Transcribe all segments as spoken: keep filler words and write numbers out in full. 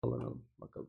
Alalım bakalım.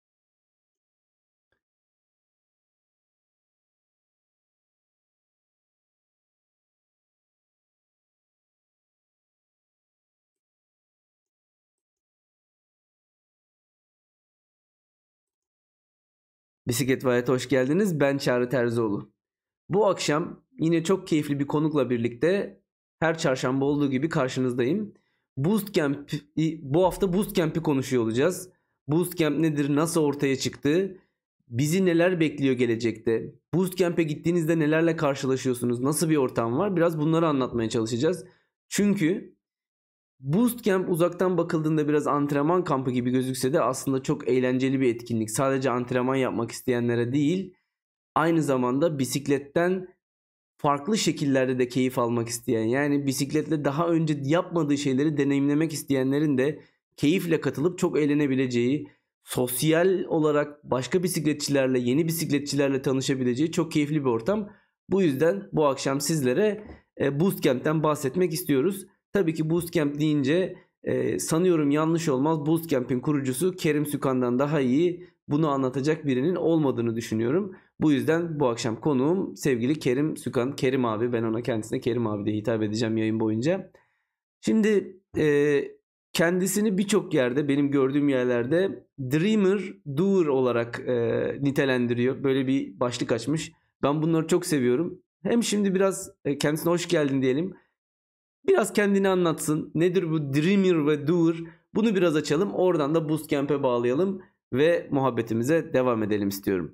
Bisiklet ve Hayat'a hoş geldiniz. Ben Çağrı Terzioğlu. Bu akşam yine çok keyifli bir konukla birlikte her çarşamba olduğu gibi karşınızdayım. Bootcamp, bu hafta Bootcamp'i konuşuyor olacağız. Bootcamp nedir, nasıl ortaya çıktı, bizi neler bekliyor gelecekte, Bootcamp'e gittiğinizde nelerle karşılaşıyorsunuz, nasıl bir ortam var, biraz bunları anlatmaya çalışacağız. Çünkü Bootcamp uzaktan bakıldığında biraz antrenman kampı gibi gözükse de aslında çok eğlenceli bir etkinlik. Sadece antrenman yapmak isteyenlere değil, aynı zamanda bisikletten farklı şekillerde de keyif almak isteyen, yani bisikletle daha önce yapmadığı şeyleri deneyimlemek isteyenlerin de keyifle katılıp çok eğlenebileceği, sosyal olarak başka bisikletçilerle, yeni bisikletçilerle tanışabileceği çok keyifli bir ortam. Bu yüzden bu akşam sizlere e, Bootcamp'ten bahsetmek istiyoruz. Tabii ki Bootcamp deyince e, sanıyorum yanlış olmaz, Bootcamp'in kurucusu Kerim Sükan'dan daha iyi bunu anlatacak birinin olmadığını düşünüyorum. Bu yüzden bu akşam konuğum sevgili Kerim Sükan. Kerim abi, ben ona kendisine Kerim abi diye hitap edeceğim yayın boyunca. Şimdi e, kendisini birçok yerde, benim gördüğüm yerlerde dreamer, doer olarak e, nitelendiriyor. Böyle bir başlık açmış. Ben bunları çok seviyorum. Hem şimdi biraz e, kendisine hoş geldin diyelim. Biraz kendini anlatsın. Nedir bu dreamer ve doer? Bunu biraz açalım. Oradan da Bootcamp'e bağlayalım ve muhabbetimize devam edelim istiyorum.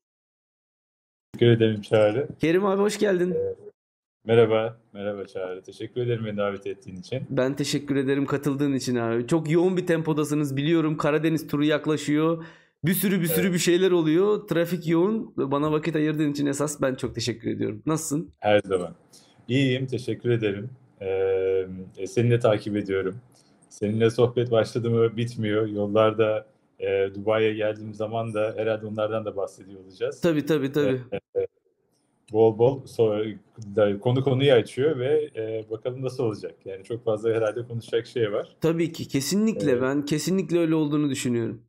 Teşekkür ederim Çağrı. Kerim abi hoş geldin. Ee, merhaba, merhaba Çağrı. Teşekkür ederim beni davet ettiğin için. Ben teşekkür ederim katıldığın için abi. Çok yoğun bir tempodasınız biliyorum. Karadeniz turu yaklaşıyor. Bir sürü bir sürü Evet. bir şeyler oluyor. Trafik yoğun. Bana vakit ayırdığın için esas ben çok teşekkür ediyorum. Nasılsın? Her zaman. İyiyim, teşekkür ederim. Ee, seni de takip ediyorum. Seninle sohbet başladı mı bitmiyor. Yollarda e, Dubai'ye geldiğim zaman da herhalde onlardan da bahsediyor olacağız. Tabii tabii tabii. Ee, bol bol so konu konuyu açıyor ve e, bakalım nasıl olacak. Yani çok fazla herhalde konuşacak şey var. Tabii ki kesinlikle Ee, ben kesinlikle öyle olduğunu düşünüyorum.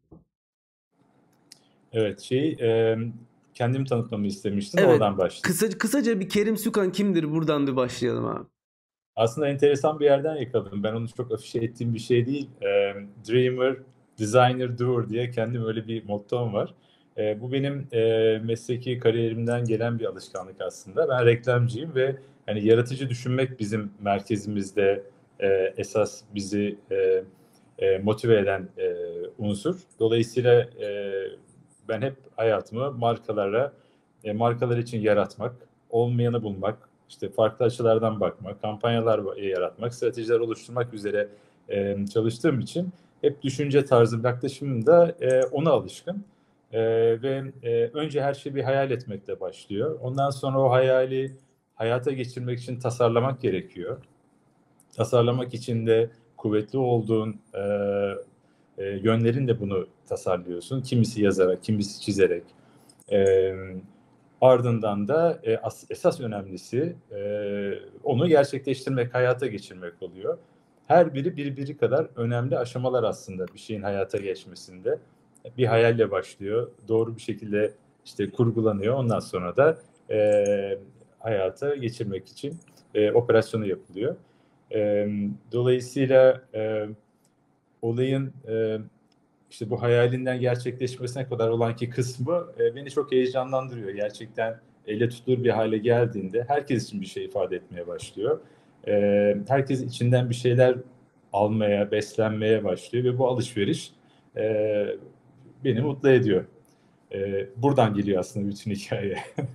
Evet, şey e, kendimi tanıtmamı istemiştin, Evet. oradan başlayayım. Kısa, kısaca bir Kerim Sükan kimdir? Buradan bir başlayalım abi. Aslında enteresan bir yerden yakaladım. Ben onu çok afişe ettiğim bir şey değil. E, Dreamer, Designer, Doer diye kendim öyle bir mottom var. E, bu benim e, mesleki kariyerimden gelen bir alışkanlık aslında. Ben reklamcıyım ve hani yaratıcı düşünmek bizim merkezimizde e, esas bizi e, e, motive eden e, unsur. Dolayısıyla e, ben hep hayatımı markalara, e, markalar için yaratmak, olmayanı bulmak, işte farklı açılardan bakmak, kampanyalar yaratmak, stratejiler oluşturmak üzere e, çalıştığım için hep düşünce tarzım, yaklaşımım da e, ona alışkın. E, ve e, önce her şeyi bir hayal etmekle başlıyor. Ondan sonra o hayali hayata geçirmek için tasarlamak gerekiyor. Tasarlamak için de kuvvetli olduğun e, e, yönlerin de bunu tasarlıyorsun. Kimisi yazarak, kimisi çizerek. E, ardından da e, as, esas önemlisi e, onu gerçekleştirmek, hayata geçirmek oluyor. Her biri birbiri kadar önemli aşamalar aslında bir şeyin hayata geçmesinde. Bir hayalle başlıyor, doğru bir şekilde işte kurgulanıyor. Ondan sonra da e, hayata geçirmek için e, operasyonu yapılıyor. E, dolayısıyla e, olayın e, işte bu hayalinden gerçekleşmesine kadar olan ki kısmı e, beni çok heyecanlandırıyor. Gerçekten elle tutulur bir hale geldiğinde herkes için bir şey ifade etmeye başlıyor. E, herkes içinden bir şeyler almaya, beslenmeye başlıyor ve bu alışveriş e, beni mutlu ediyor. E, buradan geliyor aslında bütün hikaye.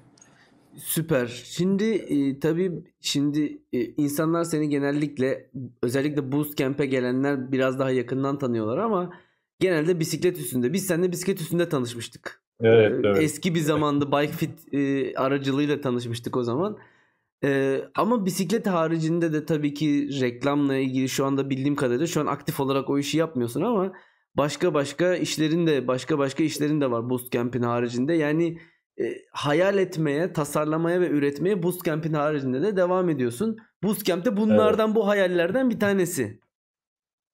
Süper. Şimdi e, tabii şimdi e, insanlar seni genellikle, özellikle Bootcamp'e gelenler biraz daha yakından tanıyorlar ama genelde bisiklet üstünde. Biz seninle bisiklet üstünde tanışmıştık. Evet, E, evet. eski bir zamanda BikeFit e, aracılığıyla tanışmıştık o zaman. E, ama bisiklet haricinde de tabii ki reklamla ilgili şu anda bildiğim kadarıyla şu an aktif olarak o işi yapmıyorsun ama başka başka işlerin de başka başka işlerin de var Bootcamp'in haricinde. Yani e, hayal etmeye, tasarlamaya ve üretmeye Bootcamp'in haricinde de devam ediyorsun. Bootcamp de Evet. bunlardan, bu hayallerden bir tanesi.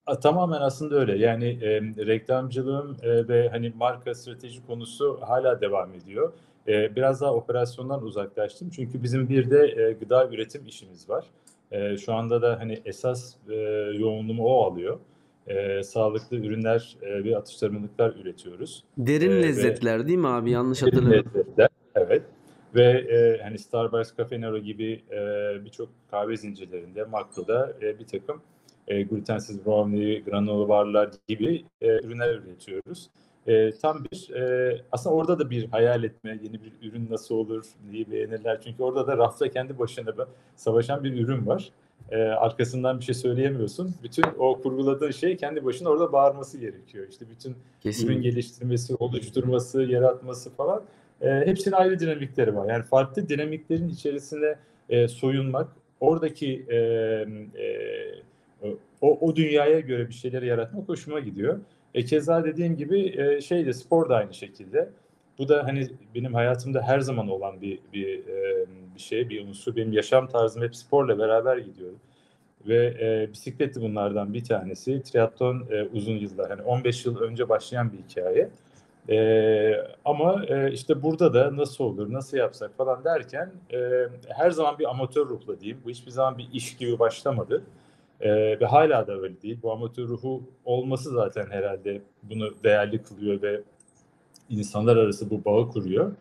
A, tamamen aslında öyle. Yani, emm, reklamcılığım, eee, ve, hani, marka strateji konusu hâlâ devam ediyor. Eee, biraz daha operasyondan uzaklaştım. Çünkü bizim bir de, eee, gıda üretim işimiz var. Eee, şu anda da, hani, esas, eee, yoğunluğumu o alıyor. Eee, sağlıklı ürünler, eee, ve atıştırmalıklar üretiyoruz. Derin Eee, ve lezzetler değil mi abi? Yanlış derin hatırlamıyorum. lezzetler, evet. Ve, eee, hani, Starbucks, Caffè Nero gibi, eee, birçok kahve zincirlerinde, Makro'da, eee, birtakım, eee, glutensiz brownie, granula barlar gibi, eee, ürünler üretiyoruz. Eee, tam bir, eee, aslında orada da bir hayal etme, yeni bir ürün nasıl olur, neyi beğenirler? Çünkü orada da rafta kendi başına da savaşan bir ürün var. Eee, arkasından bir şey söyleyemiyorsun. Bütün o kurguladığın şey kendi başına orada bağırması gerekiyor. İşte, bütün ürün Kesinlikle. geliştirmesi, oluşturması, yaratması falan, eee, hepsinin ayrı dinamikleri var. Yani farklı dinamiklerin içerisine, eee, soyunmak, oradaki, emm, eee, o o dünyaya göre bir şeyleri yaratmak hoşuma gidiyor. E, keza dediğim gibi, eee, şey de spor da aynı şekilde. Bu da, hani, benim hayatımda her zaman olan bir bir, emm, bir şey, bir unsur. Benim yaşam tarzım hep sporla beraber gidiyor ve, eee, bisiklet de bunlardan bir tanesi. Triatlon, eee, uzun yıllar, hani, on beş yıl önce başlayan bir hikâye. Eee, ama, eee, işte, burada da nasıl olur, nasıl yapsak falan derken, eee, her zaman bir amatör ruhla diyeyim, bu hiçbir zaman bir iş gibi başlamadı, eee, ve hâlâ da öyle değil. Bu amatör ruhu olması zaten herhâlde bunu değerli kılıyor ve insanlar arası bu bağı kuruyor.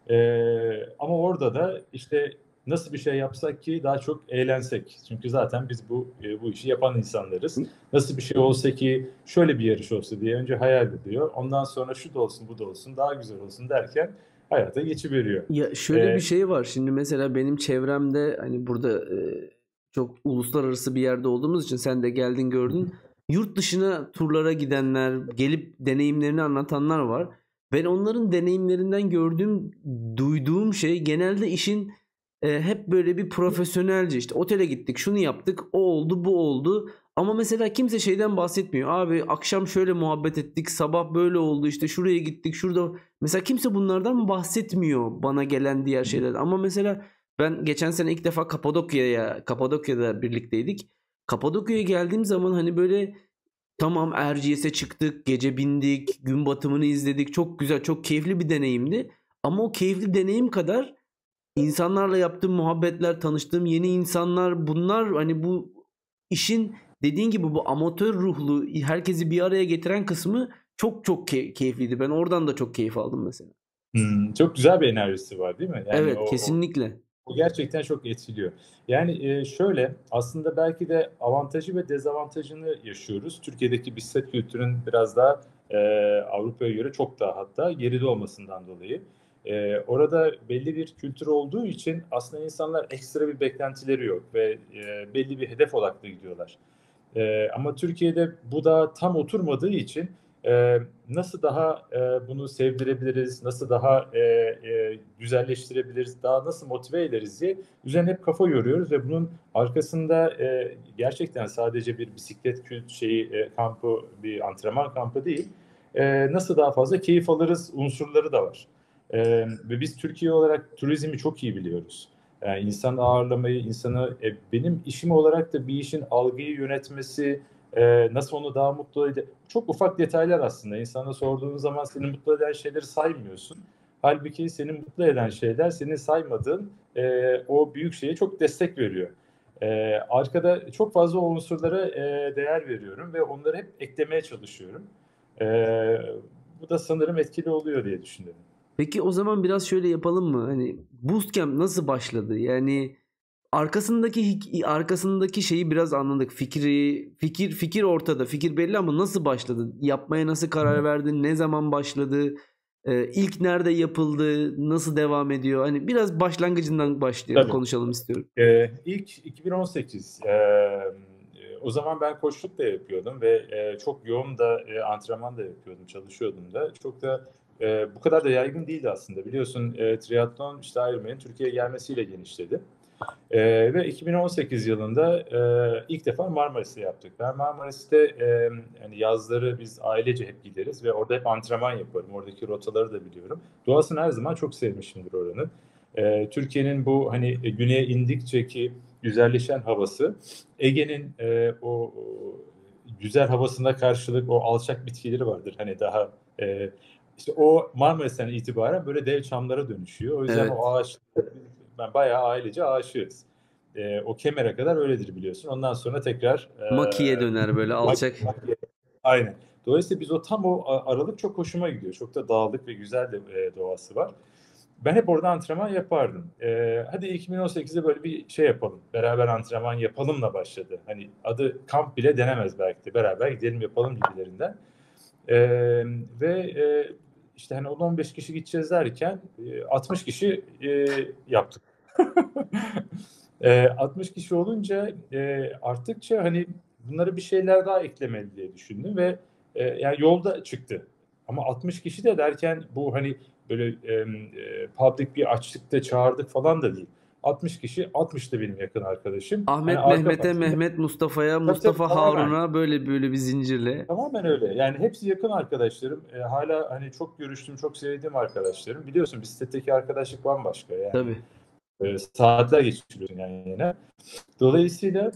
Eee, ama orada da, işte, nasıl bir şey yapsak ki daha çok eğlensek? Çünkü zaten biz bu, eee, bu işi yapan insanlarız. Nasıl bir şey olsa ki şöyle bir yarış olsa diye önce hayal ediyor. Ondan sonra şu da olsun, bu da olsun, daha güzel olsun derken hayata geçiveriyor. Ya, şöyle bir Eee şey var. Şimdi mesela benim çevremde, hani, burada, eee, çok uluslararası bir yerde olduğumuz için sen de geldin gördün. Yurt dışına turlara gidenler, gelip deneyimlerini anlatanlar var. Ben onların deneyimlerinden gördüğüm, duyduğum şey genelde işin, eee, hep böyle bir profesyonelce, işte, otele gittik, şunu yaptık, o oldu, bu oldu ama mesela kimse şeyden bahsetmiyor. Abi akşam şöyle muhabbet ettik, sabah böyle oldu, işte, şuraya gittik, şurada. Mesela kimse bunlardan bahsetmiyor bana gelen diğer şeyler. Ama mesela ben geçen sene ilk defa Kapadokya'ya Kapadokya'da birlikteydik. Kapadokya'ya geldiğim zaman, hani, böyle tamam Erciyes'e çıktık, gece bindik, gün batımını izledik. Çok güzel, çok keyifli bir deneyimdi. Ama o keyifli deneyim kadar insanlarla yaptığım muhabbetler, tanıştığım yeni insanlar, bunlar, hani, bu işin dediğin gibi bu amatör ruhlu, herkesi bir araya getiren kısmı çok çok key keyifliydi. Ben oradan da çok keyif aldım mesela. Hımm, çok güzel bir enerjisi var, değil mi? Yani o Evet, o kesinlikle. o gerçekten çok etkiliyor. Yani, eee, şöyle, aslında belki de avantajı ve dezavantajını yaşıyoruz. Türkiye'deki bisiklet kültürünün biraz daha, eee, Avrupa'ya göre çok daha hatta geride olmasından dolayı. Eee, orada belli bir kültür olduğu için aslında insanlar ekstra bir beklentileri yok ve, eee, belli bir hedef odaklı gidiyorlar. Eee, ama Türkiye'de bu daha tam oturmadığı için, eee, nasıl daha, eee, bunu sevdirebiliriz, nasıl daha, eee, eee, güzelleştirebiliriz, daha nasıl motive ederiz diye üzerine hep kafa yoruyoruz ve bunun arkasında, eee, gerçekten sadece bir bisiklet kült şeyi, eee, kampı, bir antrenman kampı değil, eee, nasıl daha fazla keyif alırız unsurları da var. Emm, ve biz Türkiye olarak turizmi çok iyi biliyoruz. Yani insan ağırlamayı, insanı e, benim işim olarak da bir işin algıyı yönetmesi, eee, nasıl onu daha mutlu ede çok ufak detaylar aslında. İnsana sorduğun zaman seni mutlu eden şeyleri saymıyorsun. Hâlbuki seni mutlu eden şeyler senin saymadığın, eee, o büyük şeye çok destek veriyor. Eee, arkada çok fazla o unsurlara, eee, değer veriyorum ve onları hep eklemeye çalışıyorum. Eee, bu da sanırım etkili oluyor diye düşünüyorum. Peki o zaman biraz şöyle yapalım mı? Hani bootcamp nasıl başladı? Yani arkasındaki hik arkasındaki şeyi biraz anladık. Fikri fikir fikir ortada. Fikir belli ama nasıl başladı? Yapmaya nasıl karar verdin? Ne zaman başladı? Eee, ilk nerede yapıldı? Nasıl devam ediyor? Hani biraz başlangıcından başlayalım, Tabii. konuşalım istiyorum. Eee, ilk iki bin on sekiz, emm, eee, o zaman ben koçluk da yapıyordum ve, eee, çok yoğun da, eee, antrenman da yapıyordum, çalışıyordum da. Çok da, eee, bu kadar da yaygın değildi aslında. Biliyorsun, eee, triatlon, işte, Ironman'in Türkiye'ye gelmesiyle genişledi. Eee, ve iki bin on sekiz yılında, eee, ilk defa Marmaris'te yaptık. Ben Marmaris'te, emm, hani, yazları biz ailece hep gideriz ve orada hep antrenman yaparım. Oradaki rotaları da biliyorum. Doğasını her zaman çok sevmişimdir oranın. Eee, Türkiye'nin bu, hani, eee, güneye indikçe ki güzelleşen havası, Ege'nin, eee, o, güzel havasına karşılık o alçak bitkileri vardır. Hani daha e, işte o Marmaris'ten itibaren böyle dev çamlara dönüşüyor. O yüzden Evet. o ağaç, ben bayağı ailece aşığız. E, o Kemer'e kadar öyledir biliyorsun. Ondan sonra tekrar Makiye döner böyle alçak. aynen. Dolayısıyla biz o tam o aralık çok hoşuma gidiyor. Çok da dağlık ve güzel de e, doğası var. Ben hep orada antrenman yapardım. Ee, hadi iki bin on sekizde böyle bir şey yapalım. Beraber antrenman yapalımla başladı. Hani adı kamp bile denemez belki de. Beraber gidelim yapalım gibilerinden. Ee, ve e, işte hani on on beş kişi gideceğiz derken e, altmış kişi e, yaptık. e, altmış kişi olunca e, arttıkça hani bunlara bir şeyler daha eklemeli diye düşündüm ve e, yani yolda çıktı. Ama altmış kişi de derken bu hani böyle e, public bir açlıkta çağırdık falan da değil. altmış kişi, altmış da benim yakın arkadaşım. Hani Ahmet arka Mehmet'e, bahçede. Mehmet Mustafa'ya, Tabii tabii Mustafa tamamen. Harun'a böyle böyle bir zincirle. Tamamen öyle. Yani hepsi yakın arkadaşlarım. E, hala hani çok görüştüğüm, çok sevdiğim arkadaşlarım. Biliyorsun bisikletteki arkadaşlık bambaşka. Yani Tabii. e, saatler geçiriyorsun yani yine. Dolayısıyla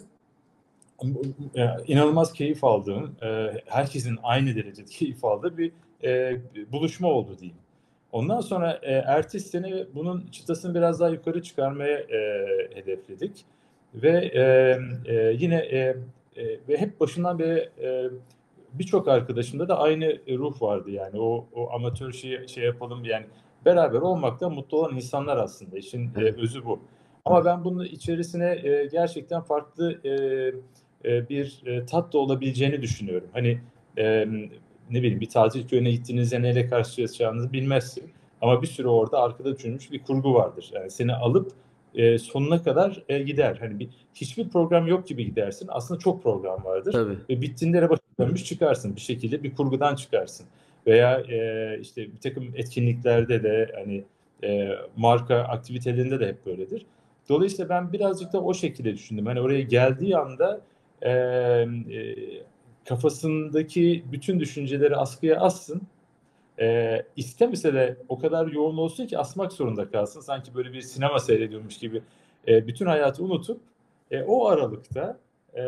e, inanılmaz keyif aldığım, e, herkesin aynı derecede keyif aldığı bir e, buluşma oldu diyeyim. Ondan sonra e, ertesi sene bunun çıtasını biraz daha yukarı çıkarmaya e, hedefledik. Ve e, e, yine e, e, ve hep başından beri e, birçok arkadaşımda da aynı ruh vardı yani o, o amatör şey, şey yapalım yani beraber olmaktan mutlu olan insanlar aslında işin e, Evet. özü bu. Ama ben bunun içerisine e, gerçekten farklı e, e, bir e, tat da olabileceğini düşünüyorum. Hani e, ne bileyim bir tatil köyüne gittiğinizde neyle karşılaşacağınızı bilmezsin. Ama bir sürü orada arkada düşünmüş bir kurgu vardır. Yani seni alıp e, sonuna kadar e, gider. Hani bir, hiçbir program yok gibi gidersin. Aslında çok program vardır. Tabii. Ve bittiğinde de başa dönmüş çıkarsın. Bir şekilde bir kurgudan çıkarsın. Veya e, işte bir takım etkinliklerde de hani e, marka aktivitelerinde de hep böyledir. Dolayısıyla ben birazcık da o şekilde düşündüm. Hani oraya geldiği anda e, e, kafasındaki bütün düşünceleri askıya assın. E, istemese de o kadar yoğun olsun ki asmak zorunda kalsın. Sanki böyle bir sinema seyrediyormuş gibi e, bütün hayatı unutup e, o aralıkta e,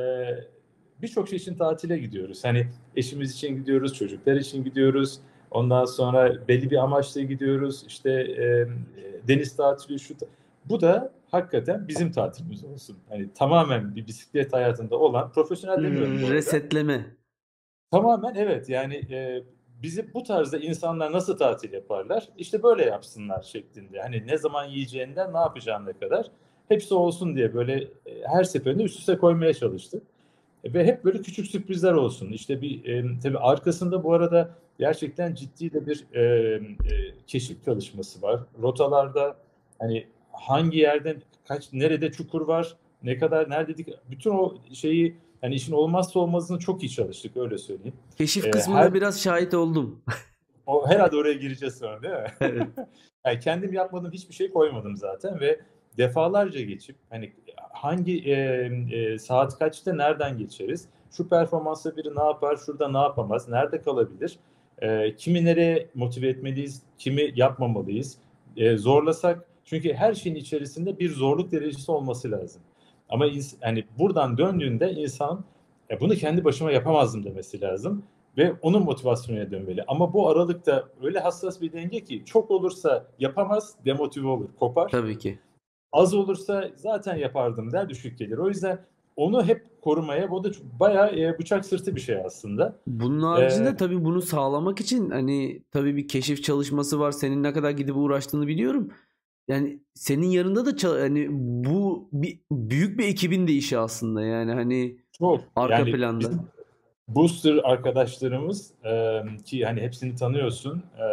birçok şey için tatile gidiyoruz. Hani eşimiz için gidiyoruz, çocuklar için gidiyoruz. Ondan sonra belli bir amaçla gidiyoruz. İşte e, deniz tatili şu. Bu da hakikaten bizim tatilimiz olsun. Hani tamamen bir bisiklet hayatında olan, profesyonel demiyorum bu arada. Resetleme. Tamamen evet yani e, bizi bu tarzda insanlar nasıl tatil yaparlar? İşte böyle yapsınlar şeklinde. Hani ne zaman yiyeceğinden ne yapacağına kadar hepsi olsun diye böyle e, her seferinde üst üste koymaya çalıştık. E, ve hep böyle küçük sürprizler olsun. İşte bir e, tabii arkasında bu arada gerçekten ciddi de bir e, e, keşif çalışması var. Rotalarda hani hangi yerden kaç nerede çukur var, ne kadar nerededik bütün o şeyi hani işin olmazsa olmazını çok iyi çalıştık öyle söyleyeyim. Keşif E, her kısmına biraz şahit oldum. o herhalde oraya gireceğiz sonra değil mi? Evet. Yani kendim yapmadığım hiçbir şey koymadım zaten ve defalarca geçip hani hangi e, e, saat kaçta nereden geçeriz? Şu performansa biri ne yapar, şurada ne yapamaz, nerede kalabilir? E, kimi nereye motive etmeliyiz, kimi yapmamalıyız? E, zorlasak çünkü her şeyin içerisinde bir zorluk derecesi olması lazım. Ama ins- hani buradan döndüğünde insan e, bunu kendi başıma yapamazdım demesi lazım ve onun motivasyonuna dönmeli. Ama bu aralıkta öyle hassas bir denge ki çok olursa yapamaz, demotive olur, kopar. Tabii ki. Az olursa zaten yapardım der, düşük gelir. O yüzden onu hep korumaya, bu da bayağı e, bıçak sırtı bir şey aslında. Bunun Ee, haricinde tabii bunu sağlamak için hani tabii bir keşif çalışması var. Senin ne kadar gidip uğraştığını biliyorum. Yani senin yanında da çal- hani bu bir büyük bir ekibin de işi aslında yani hani çok arka yani planda. bizim booster arkadaşlarımız e, ki hani hepsini tanıyorsun. E,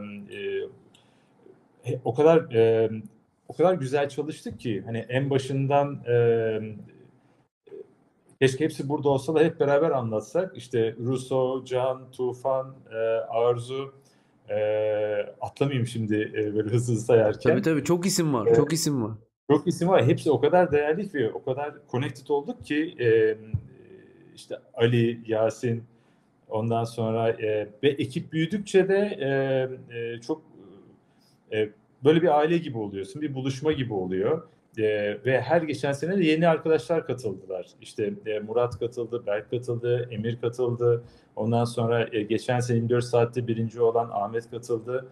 e, o kadar e, o kadar güzel çalıştık ki hani en başından e, keşke hepsi burada olsa da hep beraber anlatsak. İşte Russo, Can, Tufan, e, Arzu, e, atlamayayım şimdi e, böyle hızlı hızlı Tabii sayarken. tabii çok isim var. E, Çok isim var. çok isim var. Hepsi o kadar değerli ve o kadar connected olduk ki e, işte Ali, Yasin, ondan sonra e, ve ekip büyüdükçe de e, e, çok e, böyle bir aile gibi oluyorsun. Bir buluşma gibi oluyor. Ee, ve her geçen sene de yeni arkadaşlar katıldılar. İşte e, Murat katıldı, Berk katıldı, Emir katıldı. Ondan sonra e, geçen sene yirmi dört saatte birinci olan Ahmet katıldı.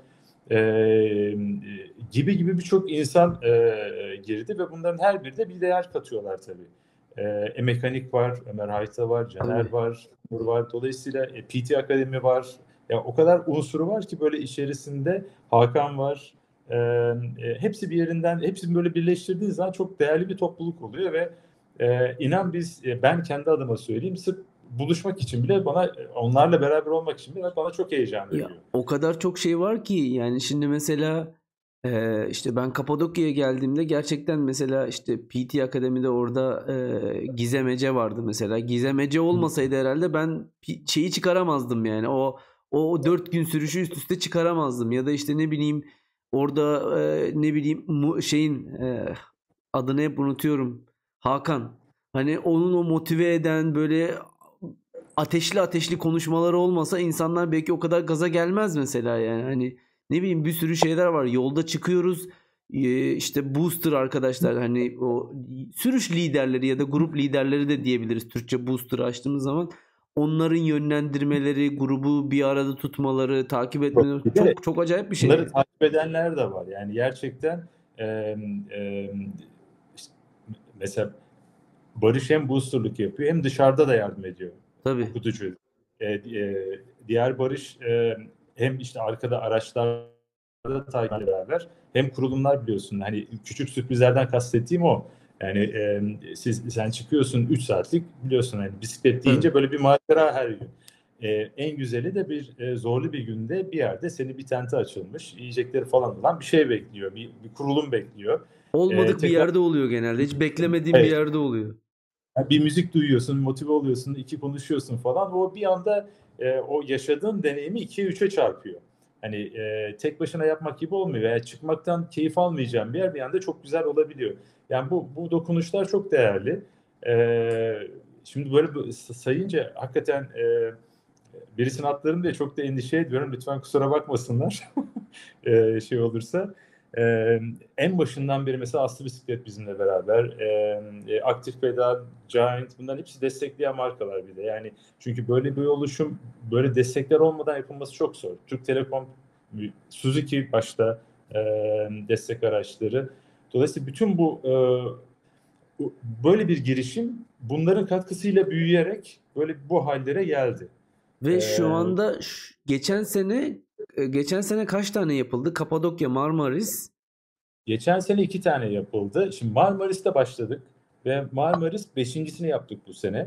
Ee, gibi gibi birçok insan e, girdi ve bunların her biri de bir değer katıyorlar tabii. E, E-Mekanik var, Ömer Hayta var, Caner Tabii. var, Nur var. Dolayısıyla e, P T Akademi var. Ya o kadar unsuru var ki böyle içerisinde Hakan var. E, e, hepsi bir yerinden, hepsini böyle birleştirdiği zaman çok değerli bir topluluk oluyor ve e, inan biz, e, ben kendi adıma söyleyeyim, sırf buluşmak için bile bana, onlarla beraber olmak için bile bana çok heyecan veriyor. Ya o kadar çok şey var ki yani şimdi mesela e, işte ben Kapadokya'ya geldiğimde gerçekten mesela işte P T Akademi'de orada e, Gizem Ece vardı mesela. Gizem Ece olmasaydı herhalde ben pi- şeyi çıkaramazdım yani. O o dört gün sürüşü üst üste çıkaramazdım ya da işte ne bileyim orada e, ne bileyim mu- şeyin e, adını hep unutuyorum. Hakan. Hani onun o motive eden böyle ateşli ateşli konuşmaları olmasa insanlar belki o kadar gaza gelmez mesela yani. Hani ne bileyim bir sürü şeyler var. Yolda çıkıyoruz. Ee, işte booster arkadaşlar hani o sürüş liderleri ya da grup liderleri de diyebiliriz. Türkçe booster açtığımız zaman onların yönlendirmeleri, grubu bir arada tutmaları, takip etmeleri Bir de çok çok acayip bir şey bunları yani. takip edenler de var. Yani gerçekten e, e, işte mesela Barış hem boosterlık yapıyor hem dışarıda da yardım ediyor. Tabii. Okutucu. E, e, diğer Barış e, hem işte arkada araçlarda takip beraber hem kurulumlar biliyorsun. Hani küçük sürprizlerden kastettiğim o. Yani e, siz sen çıkıyorsun üç saatlik biliyorsun hani bisiklet Tabii. deyince böyle bir macera her gün. E, en güzeli de bir e, zorlu bir günde bir yerde seni bir tente açılmış, yiyecekleri falan olan bir şey bekliyor. Bir, bir kurulum bekliyor. E, Olmadık bir tekrar yerde oluyor genelde. Hiç beklemediğim bir evet, yerde oluyor. yani bir müzik duyuyorsun, motive oluyorsun, iki konuşuyorsun falan. O bir anda e, o yaşadığın deneyimi ikiye üçe çarpıyor. Hani e, tek başına yapmak gibi olmuyor. Yani çıkmaktan keyif almayacağım bir yer bir anda çok güzel olabiliyor. Yani bu bu dokunuşlar çok değerli. E, şimdi böyle sayınca hakikaten e, birisini atlarım diye çok da endişe ediyorum. Lütfen kusura bakmasınlar. e, şey olursa. E, en başından beri mesela Aslı Bisiklet bizimle beraber. E, e, Aktif Pedal, Giant bunların hepsi destekleyen markalar bir de. Yani çünkü böyle bir oluşum, böyle destekler olmadan yapılması çok zor. Türk Telekom, Suzuki başta e, destek araçları. Dolayısıyla bütün bu e, böyle bir girişim bunların katkısıyla büyüyerek böyle bu hallere geldi. Ve şu Ee, anda ş- geçen sene e, geçen sene kaç tane yapıldı? Kapadokya, Marmaris. Geçen sene iki tane yapıldı. Şimdi Marmaris'te başladık ve Marmaris beşincisini yaptık bu sene.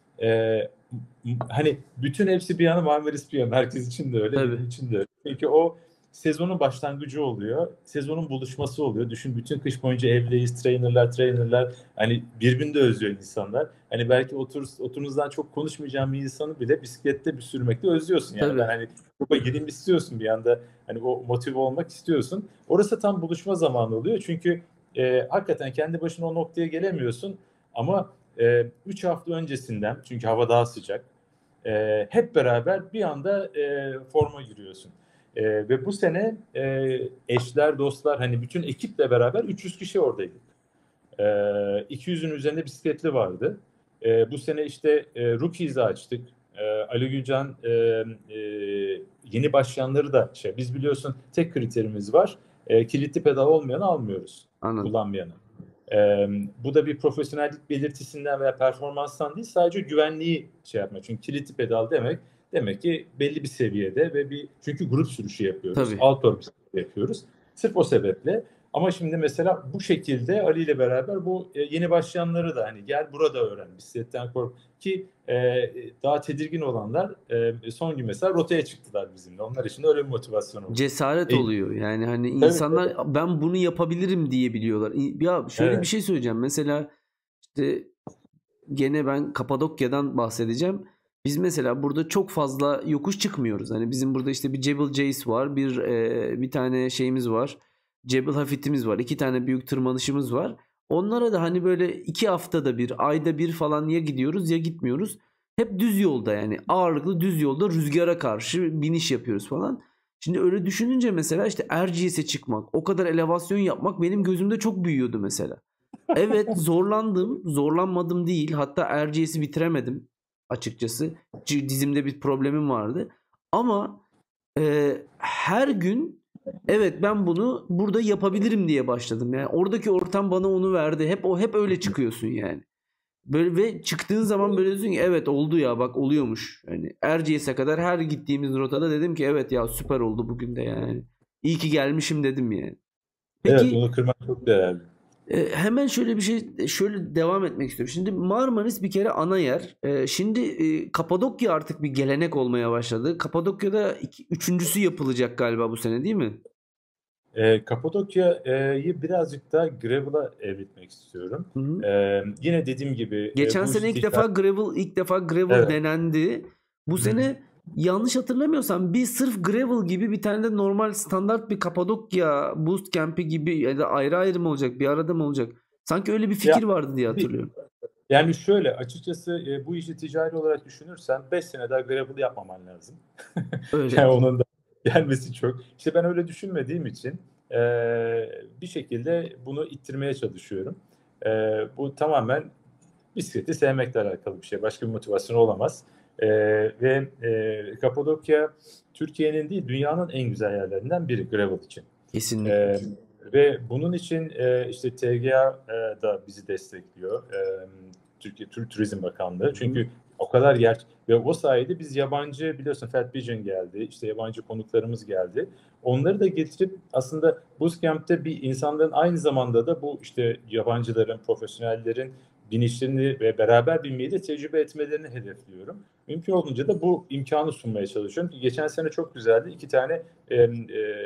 Ee, hani bütün hepsi bir yana, Marmaris bir yana. Herkes için de öyle, Tabii. benim için de öyle. Çünkü o sezonun başlangıcı oluyor. Sezonun buluşması oluyor. Düşün, bütün kış boyunca evdeyiz. Trainerlar, trainerlar. Hani birbirini de özlüyor insanlar. Hani belki otur, oturunuzdan çok konuşmayacağım bir insanı bile bisiklette bir sürmekte özlüyorsun. Yani ben Tabii. hani gruba gireyim istiyorsun bir anda. Hani o motive olmak istiyorsun. Orası tam buluşma zamanı oluyor. Çünkü e, hakikaten kendi başına o noktaya gelemiyorsun. Ama üç e, hafta öncesinden, çünkü hava daha sıcak, e, hep beraber bir anda e, forma giriyorsun. E, ve bu sene e, eşler, dostlar, hani bütün ekiple beraber üç yüz kişi oradaydık. E, iki yüzün üzerinde bisikletli vardı. E, bu sene işte e, Rookies'i açtık. E, Ali Gülcan e, e, yeni başlayanları da şey, biz biliyorsun tek kriterimiz var. E, kilitli pedal olmayanı almıyoruz. Anladım. Kullanmayanı. Ee, bu da bir profesyonellik belirtisinden veya performanstan değil, sadece güvenliği şey yapmak. Çünkü kilitli pedal demek demek ki belli bir seviyede ve bir, çünkü grup sürüşü yapıyoruz. Tabii. Outdoor bisikleti yapıyoruz. Sırf o sebeple. Ama şimdi mesela bu şekilde Ali ile beraber bu e, yeni başlayanları da hani gel burada öğren, bisikletten kork ki e, daha tedirgin olanlar e, son gün mesela rotaya çıktılar bizimle. Onlar için de öyle bir motivasyon oldu. Cesaret E, oluyor. Yani hani tabii tabii. insanlar ben bunu yapabilirim diye biliyorlar. Ya şöyle bir Evet. şey söyleyeceğim. Mesela işte gene ben Kapadokya'dan bahsedeceğim. Biz mesela burada çok fazla yokuş çıkmıyoruz. Hani bizim burada işte bir Jebel Ceys var, bir e, bir tane şeyimiz var. Cebel Hafit'imiz var. İki tane büyük tırmanışımız var. Onlara da hani böyle iki haftada bir, ayda bir falan ya gidiyoruz ya gitmiyoruz. Hep düz yolda yani ağırlıklı düz yolda rüzgara karşı biniş yapıyoruz falan. Şimdi öyle düşününce mesela işte Erciyes'e çıkmak, o kadar elevasyon yapmak benim gözümde çok büyüyordu mesela. Evet, zorlandım. Zorlanmadım değil. Hatta Erciyes'i bitiremedim açıkçası. C- Dizimde bir problemim vardı. Ama e, her gün evet ben bunu burada yapabilirim diye başladım. Yani oradaki ortam bana onu verdi. Hep o hep öyle çıkıyorsun yani. Böyle ve çıktığın zaman böyle diyorsun ki evet oldu ya bak oluyormuş. Yani Erciyes'e kadar her gittiğimiz rotada dedim ki evet ya süper oldu bugün de yani. İyi ki gelmişim dedim yani. Evet, Peki onu kırmak çok değerli. e, hemen şöyle bir şey şöyle devam etmek istiyorum. Şimdi Marmaris bir kere ana yer. E, şimdi e, Kapadokya artık bir gelenek olmaya başladı. Kapadokya'da iki, üçüncüsü yapılacak galiba bu sene değil mi? E, Kapadokya'yı birazcık daha gravel'a evritmek istiyorum. Hı hı. E, Yine dediğim gibi e, Geçen bu sene işi ilk defa ticari... gravel ilk defa gravel Evet. denendi. Bu Hı hı. sene yanlış hatırlamıyorsam bir sırf gravel gibi bir tane de normal standart bir Kapadokya Boost Camp'i gibi ya da ayrı ayrı mı olacak bir arada mı olacak? Sanki öyle bir Ya, fikir vardı diye bir- hatırlıyorum. yani şöyle açıkçası e, bu işi ticari olarak düşünürsen beş sene daha gravel yapmaman lazım. Yani Öyle. onun da gelmesi çok. İşte ben öyle düşünmediğim için e, bir şekilde bunu ittirmeye çalışıyorum. E, Bu tamamen bisikleti sevmekle alakalı bir şey. Başka bir motivasyon olamaz. E, Ve e, Kapadokya Türkiye'nin değil dünyanın en güzel yerlerinden biri gravel için. Kesinlikle. Ee, Ve bunun için e, işte T G A e, da bizi destekliyor. E, Türkiye Tur Turizm Bakanlığı. Hı hı. Çünkü o kadar yer ve o sayede biz yabancı biliyorsun Fat Vision geldi. İşte yabancı konuklarımız geldi. Onları da getirip aslında Bootcamp'te bir insanların aynı zamanda da bu işte yabancıların, profesyonellerin binişlerini ve beraber binmeyi de tecrübe etmelerini hedefliyorum. Mümkün olduğunca da bu imkanı sunmaya çalışıyorum. Ki geçen sene çok güzeldi. İki tane e, e,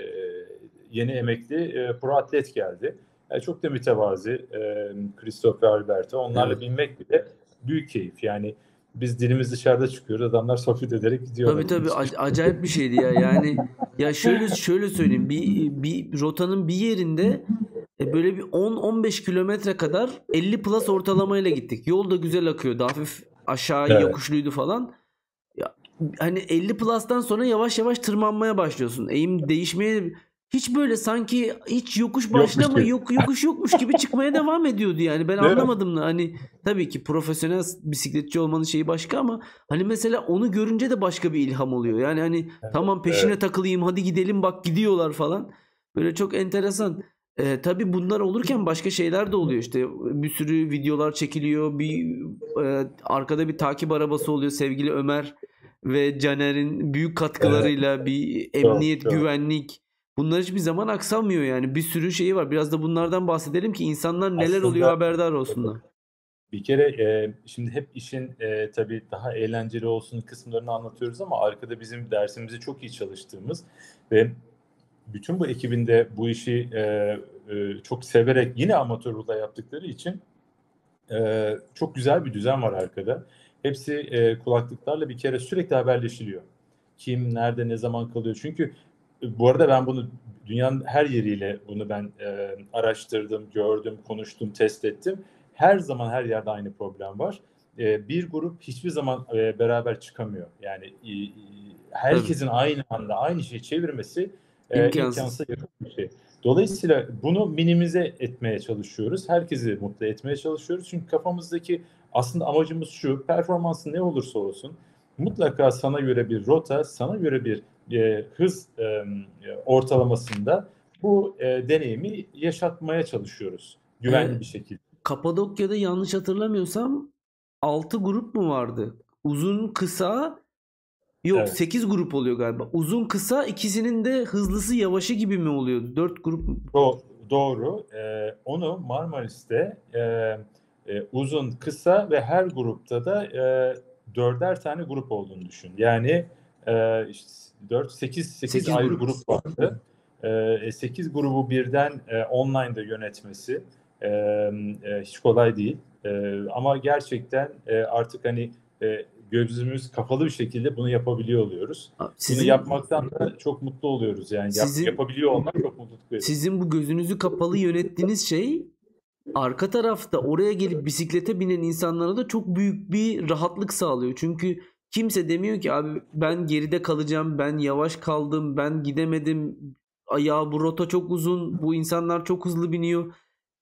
yeni emekli e, pro atlet geldi. Yani çok da mütevazi e, Christophe ve Alberto. Onlarla Evet. binmek bile büyük keyif. Yani biz dilimiz dışarıda çıkıyoruz. Adamlar sohbet ederek gidiyorlar. Tabii tabii İlginç bir ac- acayip bir şeydi ya. Yani ya şöyle şöyle söyleyeyim. Bir bir rotanın bir yerinde e, böyle bir on on beş kilometre kadar elli plus ortalamayla gittik. Yol da güzel akıyordu. Hafif aşağı Evet. yokuşluydu falan. Ya, hani elli plus'tan sonra yavaş yavaş tırmanmaya başlıyorsun. Eğim değişmeye hiç böyle sanki hiç yokuş Yokmuş başlama gibi. yok yokuş yokmuş gibi çıkmaya devam ediyordu yani. Ben Değil mi? anlamadım da hani tabii ki profesyonel bisikletçi olmanın şeyi başka ama hani mesela onu görünce de başka bir ilham oluyor. Yani hani tamam peşine Evet. takılayım hadi gidelim bak gidiyorlar falan. Böyle çok enteresan. Ee, tabii bunlar olurken başka şeyler de oluyor işte bir sürü videolar çekiliyor bir e, arkada bir takip arabası oluyor sevgili Ömer ve Caner'in büyük Evet. katkılarıyla bir Çok, emniyet, çok. güvenlik bunlar hiçbir zaman aksamıyor yani. Bir sürü şeyi var. Biraz da bunlardan bahsedelim ki insanlar neler oluyor Aslında haberdar olsunlar. bir kere e, şimdi hep işin e, tabii daha eğlenceli olsun kısımlarını anlatıyoruz ama arkada bizim dersimizi çok iyi çalıştığımız ve bütün bu ekibinde bu işi e, e, çok severek yine amatör ruhla yaptıkları için e, çok güzel bir düzen var arkada. Hepsi e, kulaklıklarla bir kere sürekli haberleşiliyor. Kim, nerede, ne zaman kalıyor. Çünkü e, bu arada ben bunu dünyanın her yeriyle bunu ben e, araştırdım, gördüm, konuştum, test ettim. Her zaman her yerde aynı problem var. E, bir grup hiçbir zaman e, beraber çıkamıyor. Yani e, e, Tabii. herkesin aynı anda aynı şeyi çevirmesi e, İmkansız. imkansız yakın bir şey. Dolayısıyla bunu minimize etmeye çalışıyoruz. Herkesi mutlu etmeye çalışıyoruz. Çünkü kafamızdaki aslında amacımız şu, performansın ne olursa olsun mutlaka sana göre bir rota, sana göre bir e, hız e, ortalamasında bu e, deneyimi yaşatmaya çalışıyoruz. Güvenli E, bir şekilde. Kapadokya'da yanlış hatırlamıyorsam altı grup mu vardı? Uzun, kısa, yok Evet. sekiz grup oluyor galiba. Uzun, kısa ikisinin de hızlısı yavaşı gibi mi oluyordu? Dört grup mu? Do- doğru. E, onu Marmaris'te e, e, uzun, kısa ve her grupta da e, dörder tane grup olduğunu düşün. Yani e, işte dört, sekiz, sekiz sekiz ayrı grup. grup vardı. E, sekiz grubu birden e, online'da yönetmesi e, e, hiç kolay değil. E, ama gerçekten e, artık hani e, gözümüz kapalı bir şekilde bunu yapabiliyor oluyoruz. Bunu Sizin yapmaktan da çok mutlu oluyoruz. Yani yap, sizin yapabiliyor olmak çok mutluluk veriyor. sizin bu gözünüzü kapalı yönettiğiniz şey arka tarafta oraya gelip bisiklete binen insanlara da çok büyük bir rahatlık sağlıyor. Çünkü kimse demiyor ki abi ben geride kalacağım, ben yavaş kaldım, ben gidemedim. Ya bu rota çok uzun, bu insanlar çok hızlı biniyor.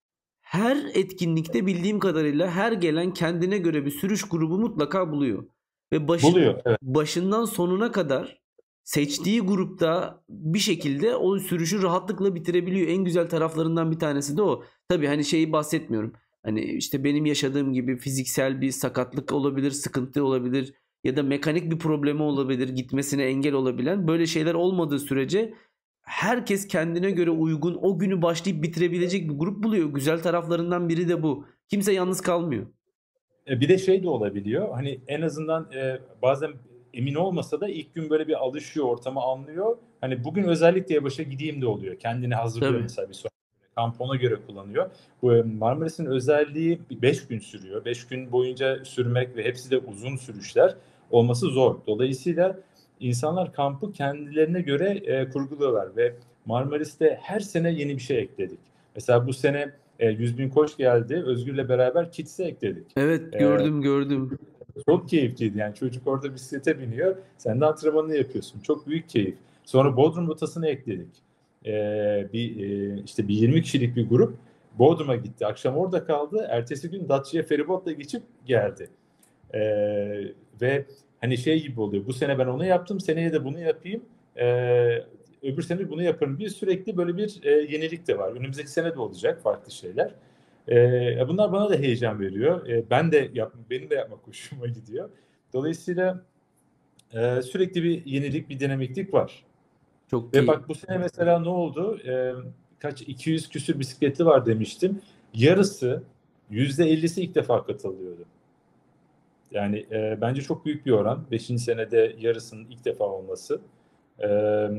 her etkinlikte bildiğim kadarıyla her gelen kendine göre bir sürüş grubu mutlaka buluyor. Ve başı, Buluyor, evet. başından sonuna kadar seçtiği grupta bir şekilde o sürüşü rahatlıkla bitirebiliyor. En güzel taraflarından bir tanesi de o. Tabii hani şeyi bahsetmiyorum. Hani işte benim yaşadığım gibi fiziksel bir sakatlık olabilir, sıkıntı olabilir ya da mekanik bir problemi olabilir, gitmesine engel olabilen. Böyle şeyler olmadığı sürece herkes kendine göre uygun o günü başlayıp bitirebilecek bir grup buluyor. Güzel taraflarından biri de bu. Kimse yalnız kalmıyor. E, bir de şey de olabiliyor. Hani en azından e, bazen emin olmasa da ilk gün böyle bir alışıyor, ortamı anlıyor. Hani bugün özellikle yavaşa gideyim de oluyor. Kendini hazırlıyor Tabii. mesela bir sonraki kampı ona göre kullanıyor. Bu e, Marmaris'in özelliği beş gün sürüyor. beş gün boyunca sürmek ve hepsi de uzun sürüşler olması zor. Dolayısıyla insanlar kampı kendilerine göre e, kurguluyorlar ve Marmaris'te her sene yeni bir şey ekledik. Mesela bu sene e, yüz bin koç geldi. Özgür'le beraber Kids'e ekledik. Evet, E, gördüm gördüm. Çok keyifliydi. Yani çocuk orada bisiklete biniyor. Sen de antrenmanını yapıyorsun. Çok büyük keyif. Sonra Bodrum rotasını ekledik. Ee, bir e, işte bir yirmi kişilik bir grup Bodrum'a gitti. Akşam orada kaldı. Ertesi gün Datça'ya feribotla geçip geldi. Ee, ve hani şey gibi oluyor. Bu sene ben onu yaptım. Seneye de bunu yapayım. Ee, öbür sene bunu yaparım. Bir sürekli böyle bir e, yenilik de var. Önümüzdeki sene de olacak farklı şeyler. Ee, bunlar bana da heyecan veriyor. Ee, ben de yap, benim de yapmak hoşuma gidiyor. Dolayısıyla e, sürekli bir yenilik, bir dinamiklik var. Çok Ve iyi. bak bu sene mesela ne oldu? Ee, kaç iki yüz küsür bisikletli var demiştim. Yarısı, yüzde ellisi ilk defa katılıyordu. Yani e, bence çok büyük bir oran. Beşinci senede yarısının ilk defa olması. E,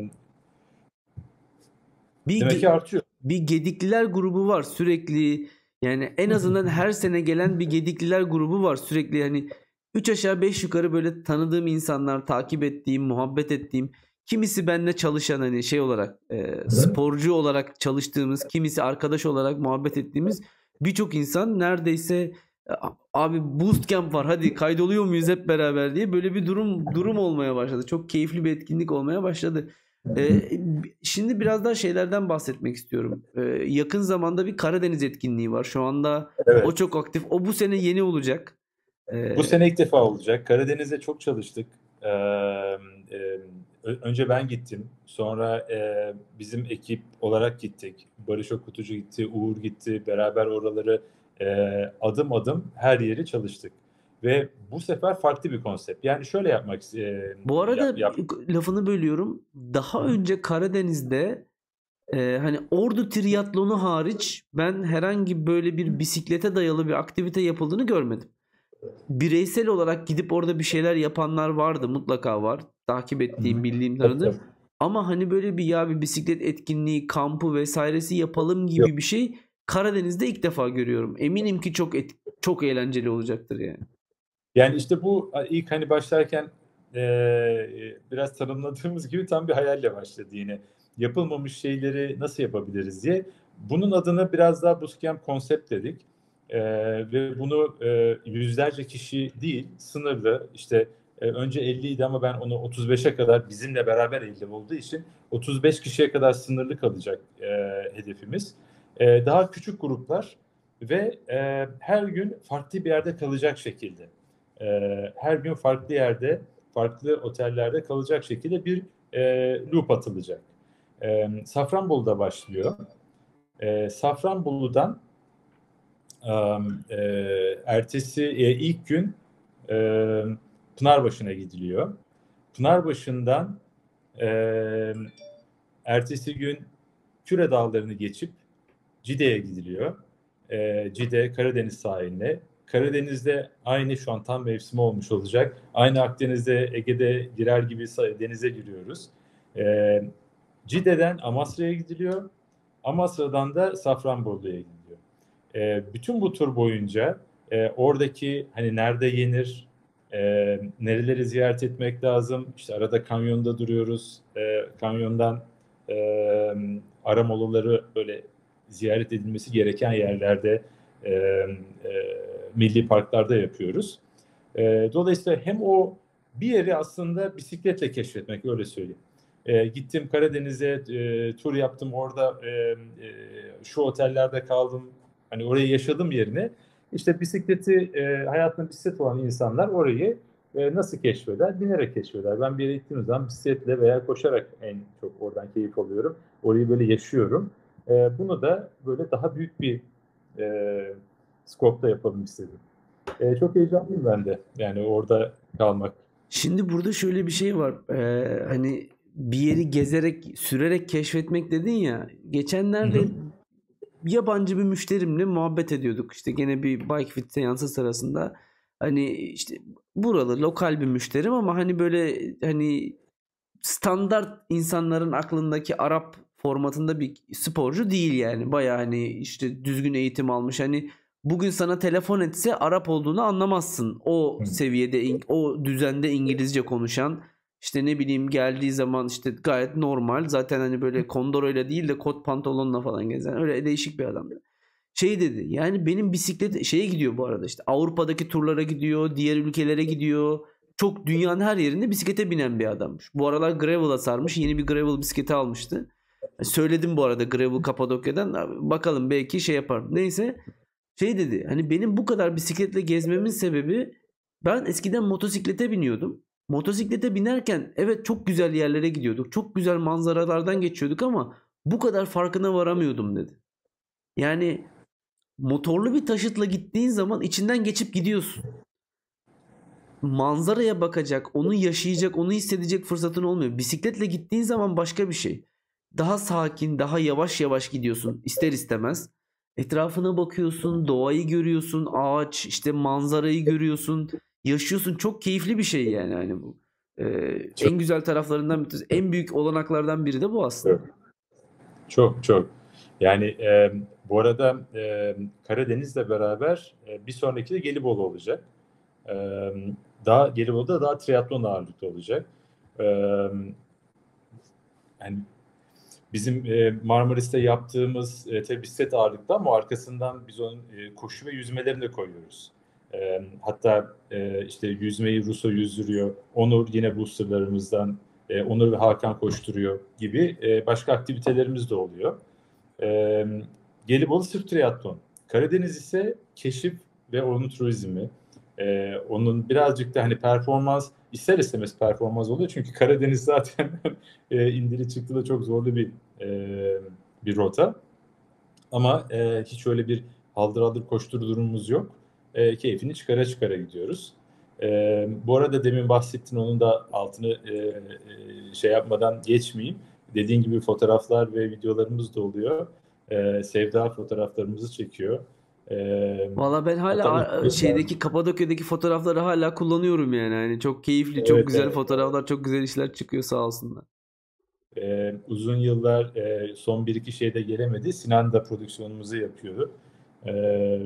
Bir demek ki ge- artıyor. bir Gedikliler grubu var sürekli. Yani en azından her sene gelen bir Gedikliler grubu var sürekli. Yani üç aşağı beş yukarı böyle tanıdığım insanlar, takip ettiğim, muhabbet ettiğim. Kimisi benimle çalışan hani şey olarak e, sporcu olarak çalıştığımız, kimisi arkadaş olarak muhabbet ettiğimiz birçok insan neredeyse "A- abi bootcamp var hadi kaydoluyor muyuz hep beraber" diye böyle bir durum durum olmaya başladı. Çok keyifli bir etkinlik olmaya başladı. Ee, şimdi biraz daha şeylerden bahsetmek istiyorum. Ee, yakın zamanda bir Karadeniz etkinliği var. Şu anda o Evet. çok aktif. O bu sene yeni olacak. Bu Ee, sene ilk defa olacak. Karadeniz'de çok çalıştık. Ee, e, önce ben gittim. Sonra e, bizim ekip olarak gittik. Barış Okutucu gitti, Uğur gitti. Beraber oraları e, adım adım her yeri çalıştık. Ve bu sefer farklı bir konsept. Yani şöyle yapmak e, Bu yap, arada yap. lafını bölüyorum. Daha önce Karadeniz'de e, hani Ordu Triatlonu hariç ben herhangi böyle bir bisiklete dayalı bir aktivite yapıldığını görmedim. Bireysel olarak gidip orada bir şeyler yapanlar vardı, mutlaka var. Takip ettiğim, bildiğim, Tabii, tabii. tanıdığım. Ama hani böyle bir ya bir bisiklet etkinliği, kampı vesairesi yapalım Yok. gibi bir şey Karadeniz'de ilk defa görüyorum. Eminim ki çok et, çok eğlenceli olacaktır yani. Yani işte bu ilk hani başlarken e, biraz tanımladığımız gibi tam bir hayalle başladı yine. Yapılmamış şeyleri nasıl yapabiliriz diye. Bunun adına biraz daha bootcamp konsept dedik. E, ve bunu e, yüzlerce kişi değil, sınırlı. İşte e, önce elli idi ama ben onu otuz beşe kadar bizimle beraber elli olduğu için otuz beş kişiye kadar sınırlı kalacak e, hedefimiz. E, daha küçük gruplar ve e, her gün farklı bir yerde kalacak şekilde. Ee, her gün farklı yerde, farklı otellerde kalacak şekilde bir e, loop atılacak. E, Safranbolu'da başlıyor. E, Safranbolu'dan e, ertesi e, ilk gün e, Pınarbaşı'na gidiliyor. Pınarbaşı'ndan e, ertesi gün Küre Dağları'nı geçip Cide'ye gidiliyor. E, Cide, Karadeniz sahiline. Karadeniz'de aynı şu an tam mevsimi olmuş olacak. Aynı Akdeniz'de, Ege'de girer gibi denize giriyoruz. E, Cide'den Amasra'ya gidiliyor. Amasra'dan da Safranbolu'ya gidiliyor. E, bütün bu tur boyunca e, oradaki hani nerede yenir, e, nereleri ziyaret etmek lazım. İşte arada kanyonda duruyoruz. E, kanyondan e, ara molaları böyle ziyaret edilmesi gereken yerlerde e, e, milli parklarda yapıyoruz. E, dolayısıyla hem o bir yeri aslında bisikletle keşfetmek öyle söyleyeyim. E, gittim Karadeniz'e e, tur yaptım orada e, e, şu otellerde kaldım Hani orayı yaşadım yerine işte bisikleti e, hayatında bisiklet olan insanlar orayı e, nasıl keşfeder? Binerek keşfeder. Ben bir yere gittiğim zaman bisikletle veya koşarak en çok oradan keyif alıyorum. Orayı böyle yaşıyorum. E, bunu da böyle daha büyük bir e, skopta yapalım istedim. E, çok heyecanlıyım ben de. Yani orada kalmak. Şimdi burada şöyle bir şey var. Ee, hani bir yeri gezerek, sürerek keşfetmek dedin ya. Hı Geçenlerde hı. yabancı bir müşterimle muhabbet ediyorduk. İşte gene bir bike fit seansı sırasında. Hani işte buralı lokal bir müşterim ama hani böyle hani standart insanların aklındaki Arap formatında bir sporcu değil yani. Baya hani işte düzgün eğitim almış. Hani bugün sana telefon etse Arap olduğunu anlamazsın. O Hı. seviyede, o düzende İngilizce konuşan, işte ne bileyim geldiği zaman işte gayet normal. Zaten hani böyle kondoroyla değil de kot pantolonla falan gezen öyle değişik bir adamdı. Şey dedi, yani benim bisiklet şeye gidiyor bu arada, işte Avrupa'daki turlara gidiyor, diğer ülkelere gidiyor. Çok dünyanın her yerinde bisiklete binen bir adammış. Bu aralar gravel'a sarmış. Yeni bir gravel bisikleti almıştı. Söyledim bu arada gravel Kapadokya'dan. Bakalım belki şey yapar. Neyse. Şey dedi. Hani benim bu kadar bisikletle gezmemin sebebi, ben eskiden motosiklete biniyordum. Motosiklete binerken evet çok güzel yerlere gidiyorduk. Çok güzel manzaralardan geçiyorduk ama bu kadar farkına varamıyordum dedi. Yani motorlu bir taşıtla gittiğin zaman içinden geçip gidiyorsun. Manzaraya bakacak, onu yaşayacak, onu hissedecek fırsatın olmuyor. Bisikletle gittiğin zaman başka bir şey. Daha sakin, daha yavaş yavaş gidiyorsun ister istemez. Etrafına bakıyorsun, doğayı görüyorsun, ağaç, işte manzarayı görüyorsun, yaşıyorsun. Çok keyifli bir şey yani hani bu. Ee, Çok, en güzel taraflarından bir tanesi, en büyük olanaklardan biri de bu aslında. çok, çok, çok. Yani e, bu arada e, Karadeniz'le beraber e, bir sonraki de Gelibolu olacak. E, daha Gelibolu'da daha triatlon ağırlıklı olacak. E, yani bizim e, Marmaris'te yaptığımız e, tabii bisiklet ağırlıklı ama arkasından biz onun e, koşu ve yüzmelerini de koyuyoruz. E, hatta e, işte yüzmeyi Ruso yüzdürüyor. Onur yine boosterlarımızdan. E, Onur ve Hakan koşturuyor gibi e, başka aktivitelerimiz de oluyor. E, Gelibolu sırf triatlon. Karadeniz ise keşif ve onun turizmi. E, onun birazcık da hani performans, ister istemez performans oluyor. Çünkü Karadeniz zaten e, indiri çıktı da çok zorlu bir e, bir rota. Ama e, hiç öyle bir haldır haldır koştur durumumuz yok. E, keyfini çıkara çıkara gidiyoruz. E, bu arada demin bahsettin, onun da altını e, e, şey yapmadan geçmeyeyim. Dediğin gibi fotoğraflar ve videolarımız da oluyor. E, Sevda fotoğraflarımızı çekiyor. E, Valla ben hatta hala ilk- şeydeki Kapadokya'daki fotoğrafları hala kullanıyorum yani. Hani çok keyifli, çok evet, güzel evet. fotoğraflar, çok güzel işler çıkıyor sağ olsunlar. Ee, uzun yıllar e, son bir iki şeyde gelemedi. Sinan da prodüksiyonumuzu yapıyordu. Ee,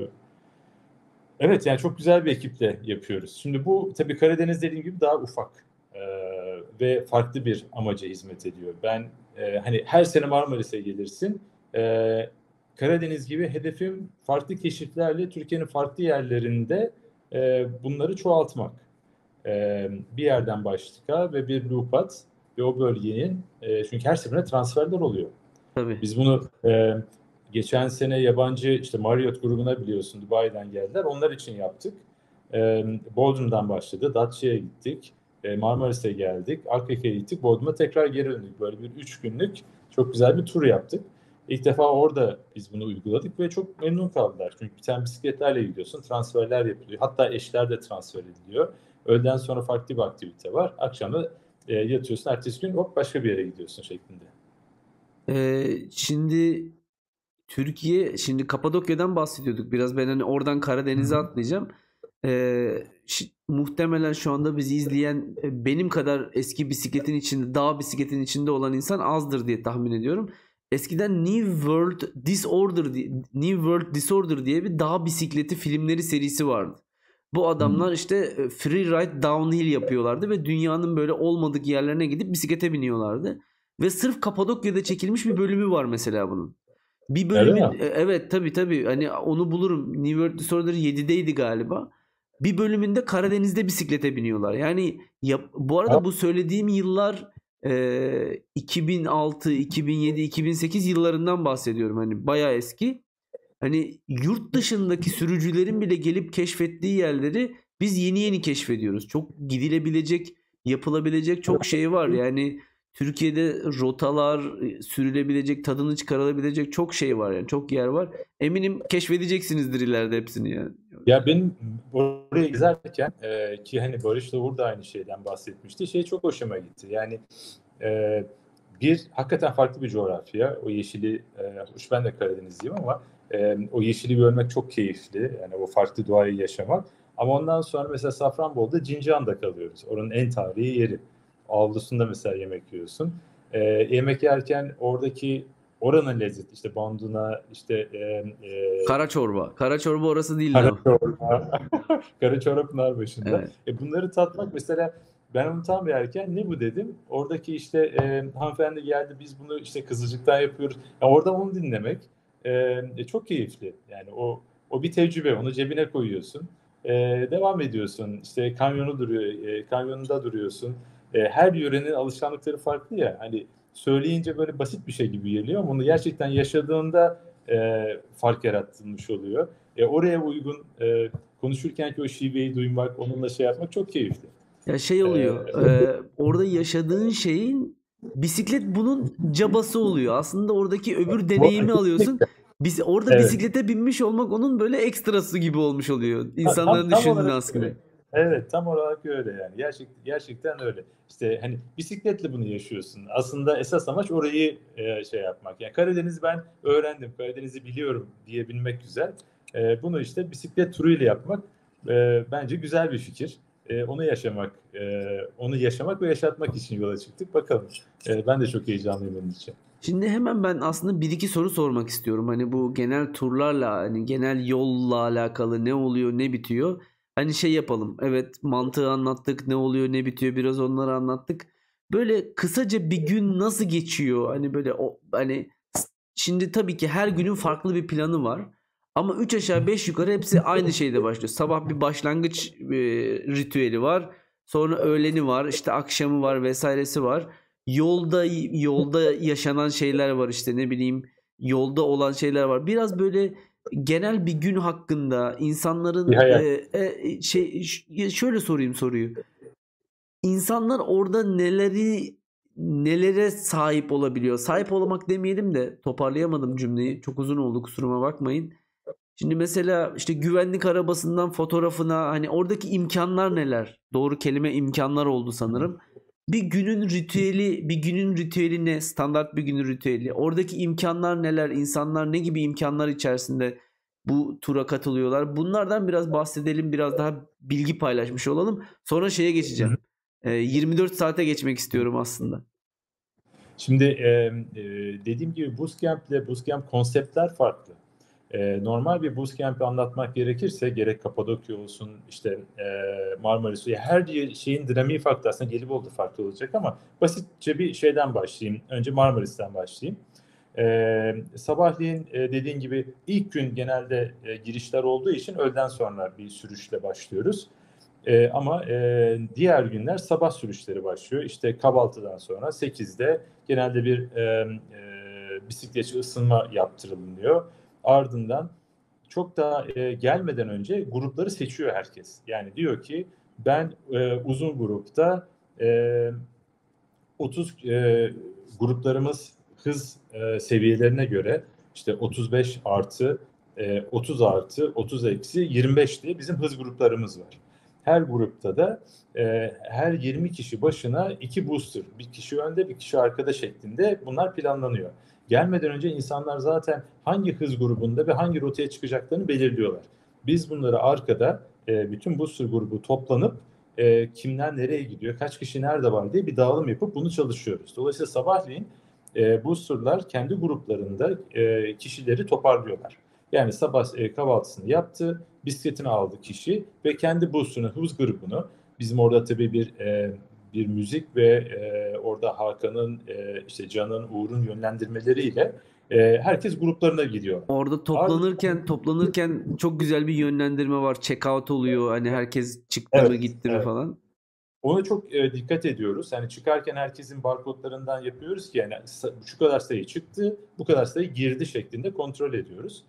evet, yani çok güzel bir ekiple yapıyoruz. Şimdi bu tabii Karadeniz dediğim gibi daha ufak ee, ve farklı bir amaca hizmet ediyor. Ben e, hani her sene Marmaris'e gelirsin. Ee, Karadeniz gibi hedefim farklı keşiflerle Türkiye'nin farklı yerlerinde e, bunları çoğaltmak. Ee, bir yerden başka ve bir loop at ve o bölgenin e, çünkü her seferinde transferler oluyor. Tabii. Biz bunu e, geçen sene yabancı işte Marriott grubuna, biliyorsun, Dubai'den geldiler. Onlar için yaptık. E, Bodrum'dan başladı. Datça'ya gittik. E, Marmaris'e geldik. Akkaya'ya gittik. Bodrum'a tekrar geri döndük. Böyle bir üç günlük çok güzel bir tur yaptık. İlk defa orada biz bunu uyguladık ve çok memnun kaldılar. Çünkü bir tane bisikletlerle gidiyorsun, transferler yapılıyor. Hatta eşler de transfer ediliyor. Öğleden sonra farklı bir aktivite var. Akşam da e, yatıyorsun, ertesi gün hop başka bir yere gidiyorsun şeklinde. Ee, şimdi Türkiye, şimdi Kapadokya'dan bahsediyorduk biraz. Ben hani oradan Hı Karadeniz'e hı. atlayacağım. Ee, şi- muhtemelen şu anda bizi izleyen e, benim kadar eski bisikletin içinde, dağ bisikletin içinde olan insan azdır diye tahmin ediyorum. Eskiden New World Disorder diye, New World Disorder diye bir dağ bisikleti filmleri serisi vardı. Bu Hı. adamlar işte e, free ride downhill yapıyorlardı ve dünyanın böyle olmadık yerlerine gidip bisiklete biniyorlardı. Ve sırf Kapadokya'da çekilmiş bir bölümü var mesela bunun. Bir Öyle bölümün mi? e, evet tabii tabii hani onu bulurum. New World Disorder yedideydi galiba. Bir bölümünde Karadeniz'de bisiklete biniyorlar. Yani yap- bu Ha, arada bu söylediğim yıllar e, iki bin altı, iki bin yedi, iki bin sekiz yıllarından bahsediyorum. Hani bayağı eski. Hani yurt dışındaki sürücülerin bile gelip keşfettiği yerleri biz yeni yeni keşfediyoruz. Çok gidilebilecek, yapılabilecek çok şey var. Yani Türkiye'de rotalar, sürülebilecek, tadını çıkarılabilecek çok şey var yani. Çok yer var. Eminim keşfedeceksinizdir ileride hepsini yani. Ya benim oraya gezerken e, ki hani Barış da burada aynı şeyden bahsetmişti. Şey çok hoşuma gitti. Yani e, bir hakikaten farklı bir coğrafya. O yeşili, e, hoş ben de Karadenizliyim ama e, o yeşili görmek çok keyifli. Yani o farklı doğayı yaşamak. Ama ondan sonra mesela Safranbolu'da Cincan'da kalıyoruz. Oranın en tarihi yeri. Avlusunda mesela yemek yiyorsun. E, yemek yerken oradaki oranın lezzeti işte banduna işte e, e, Kara çorba. Kara çorba orası değildi kara ama. çorba, kara çorba Pınarbaşı'nda. Evet. E bunları tatmak mesela ben onu tam yerken ne bu dedim. Oradaki işte e, hanımefendi geldi biz bunu işte kızılcıktan yapıyoruz. Ya orada onu dinlemek e, e, çok keyifli. Yani o o bir tecrübe. Onu cebine koyuyorsun. E, devam ediyorsun. İşte kamyonu duruyor. E, kamyonunda duruyorsun. E, her yörenin alışkanlıkları farklı ya. Hani söyleyince böyle basit bir şey gibi geliyor ama onu gerçekten yaşadığında e, fark yaratılmış oluyor. E, oraya uygun e, konuşurken ki o şiveyi duymak, onunla şey yapmak çok keyifli. Ya şey E, oluyor. E, orada yaşadığın şeyin bisiklet bunun cabası oluyor. Aslında oradaki öbür bu, deneyimi alıyorsun. Biz orada evet. bisiklete binmiş olmak onun böyle ekstrası gibi olmuş oluyor. Tam, İnsanların tam düşündüğüne olarak aslında. öyle. Evet, tam olarak öyle yani. Gerçek, gerçekten öyle. İşte hani bisikletle bunu yaşıyorsun. Aslında esas amaç orayı e, şey yapmak. Yani Karadeniz ben öğrendim, Karadeniz'i biliyorum diyebilmek güzel. E, bunu işte bisiklet turuyla yapmak e, bence güzel bir fikir. E, onu yaşamak, e, onu yaşamak ve yaşatmak için yola çıktık. Bakalım. E, ben de çok heyecanlıyım onun için. Şimdi hemen ben aslında bir iki soru sormak istiyorum. Hani bu genel turlarla, hani genel yolla alakalı ne oluyor, ne bitiyor? Hani şey yapalım. Evet, mantığı anlattık, ne oluyor, ne bitiyor biraz onları anlattık. Böyle kısaca bir gün nasıl geçiyor? Hani böyle o hani s- şimdi tabii ki her günün farklı bir planı var. Ama üç aşağı beş yukarı hepsi aynı şeyde başlıyor. Sabah bir başlangıç e, ritüeli var. Sonra öğleni var, işte akşamı var vesairesi var. Yolda yolda yaşanan şeyler var, işte ne bileyim, yolda olan şeyler var. Biraz böyle genel bir gün hakkında Bir insanların e, hayal. e, şey ş- şöyle sorayım soruyu. İnsanlar orada neleri nelere sahip olabiliyor? Sahip olmak demeyelim de, toparlayamadım cümleyi. Çok uzun oldu, kusuruma bakmayın. Şimdi mesela işte güvenlik arabasından fotoğrafına, hani oradaki imkanlar neler? Doğru kelime imkanlar oldu sanırım. Bir günün ritüeli, bir günün ritüeli ne? Standart bir günün ritüeli. Oradaki imkanlar neler? İnsanlar ne gibi imkanlar içerisinde bu tura katılıyorlar? Bunlardan biraz bahsedelim, biraz daha bilgi paylaşmış olalım. Sonra şeye geçeceğim. Ee, yirmi dört saate geçmek istiyorum aslında. Şimdi e, e, dediğim gibi bootcamp ile bootcamp konseptler farklı. E, normal bir bootcamp'i anlatmak gerekirse gerek Kapadokya olsun işte e, Marmaris ya her şeyin dinamiği farklı aslında Gelibolu'da farklı olacak ama basitçe bir şeyden başlayayım. Önce Marmaris'ten başlayayım. E, sabahleyin e, dediğin gibi ilk gün genelde e, girişler olduğu için öğleden sonra bir sürüşle başlıyoruz. E, ama e, diğer günler sabah sürüşleri başlıyor. İşte kahvaltıdan sonra sekizde genelde bir e, e, bisikletçi ısınma yaptırılıyor. Ardından çok da e, gelmeden önce grupları seçiyor herkes. Yani diyor ki ben e, uzun grupta e, otuz e, gruplarımız hız e, seviyelerine göre işte otuz beş artı, e, otuz artı, otuz eksi, yirmi beş diye bizim hız gruplarımız var. Her grupta da e, her yirmi kişi başına iki booster, bir kişi önde bir kişi arkada şeklinde bunlar planlanıyor. Gelmeden önce insanlar zaten hangi hız grubunda ve hangi rotaya çıkacaklarını belirliyorlar. Biz bunları arkada e, bütün booster grubu toplanıp e, kimler nereye gidiyor, kaç kişi nerede var diye bir dağılım yapıp bunu çalışıyoruz. Dolayısıyla sabahleyin e, boosterlar kendi gruplarında e, kişileri toparlıyorlar. Yani sabah e, kahvaltısını yaptı, bisikletini aldı kişi ve kendi booster'ını, hız grubunu, bizim orada tabii bir e, bir müzik ve e, orada Hakan'ın, e, işte Can'ın, Uğur'un yönlendirmeleriyle e, herkes gruplarına gidiyor. Orada Ardından toplanırken toplanırken çok güzel bir yönlendirme var. Check out oluyor. Hani herkes çıktı mı, evet, gitti mi evet. falan. Ona çok e, dikkat ediyoruz. Yani çıkarken herkesin barkodlarından yapıyoruz ki yani şu kadar sayı çıktı, bu kadar sayı girdi şeklinde kontrol ediyoruz.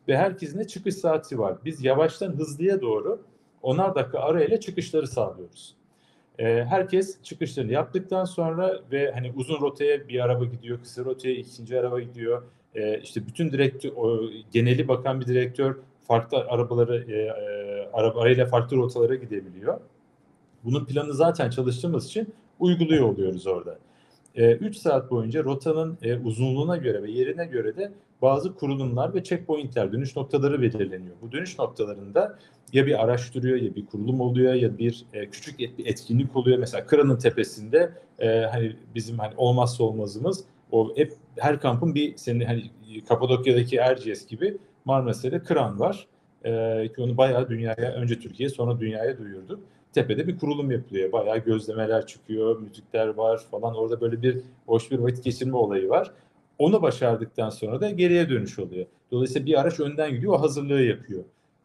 ve herkesin de çıkış saati var. Biz yavaştan hızlıya doğru onar dakika arayla çıkışları sağlıyoruz. Ee, herkes çıkışlarını yaptıktan sonra ve hani uzun rotaya bir araba gidiyor, kısa rotaya ikinci araba gidiyor. Ee, işte bütün direktör, o, geneli bakan bir direktör farklı arabaları e, e, arabayla farklı rotalara gidebiliyor. Bunun planı zaten çalıştığımız için uyguluyor oluyoruz orada. üç saat boyunca rotanın e, uzunluğuna göre ve yerine göre de bazı kurulumlar ve checkpointler, dönüş noktaları belirleniyor. Bu dönüş noktalarında ya bir araç duruyor, ya bir kurulum oluyor, ya bir e, küçük et, bir etkinlik oluyor. Mesela Kıran'ın tepesinde e, hani bizim hani olmazsa olmazımız o hep her kampın bir senin hani Kapadokya'daki Erciyes gibi Marmaris'te Kıran var. E, ki onu bayağı dünyaya, önce Türkiye sonra dünyaya duyurduk. Tepede bir kurulum yapılıyor. Bayağı gözlemeler çıkıyor, müzikler var falan. Orada böyle bir hoş bir vakit geçirme olayı var. Onu başardıktan sonra da geriye dönüş oluyor. Dolayısıyla bir araç önden gidiyor, o hazırlığı yapıyor.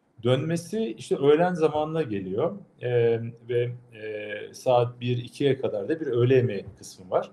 Dönmesi işte öğlen zamanına geliyor ee, ve e, saat bir ikiye kadar da bir öğle yemeği kısmı var.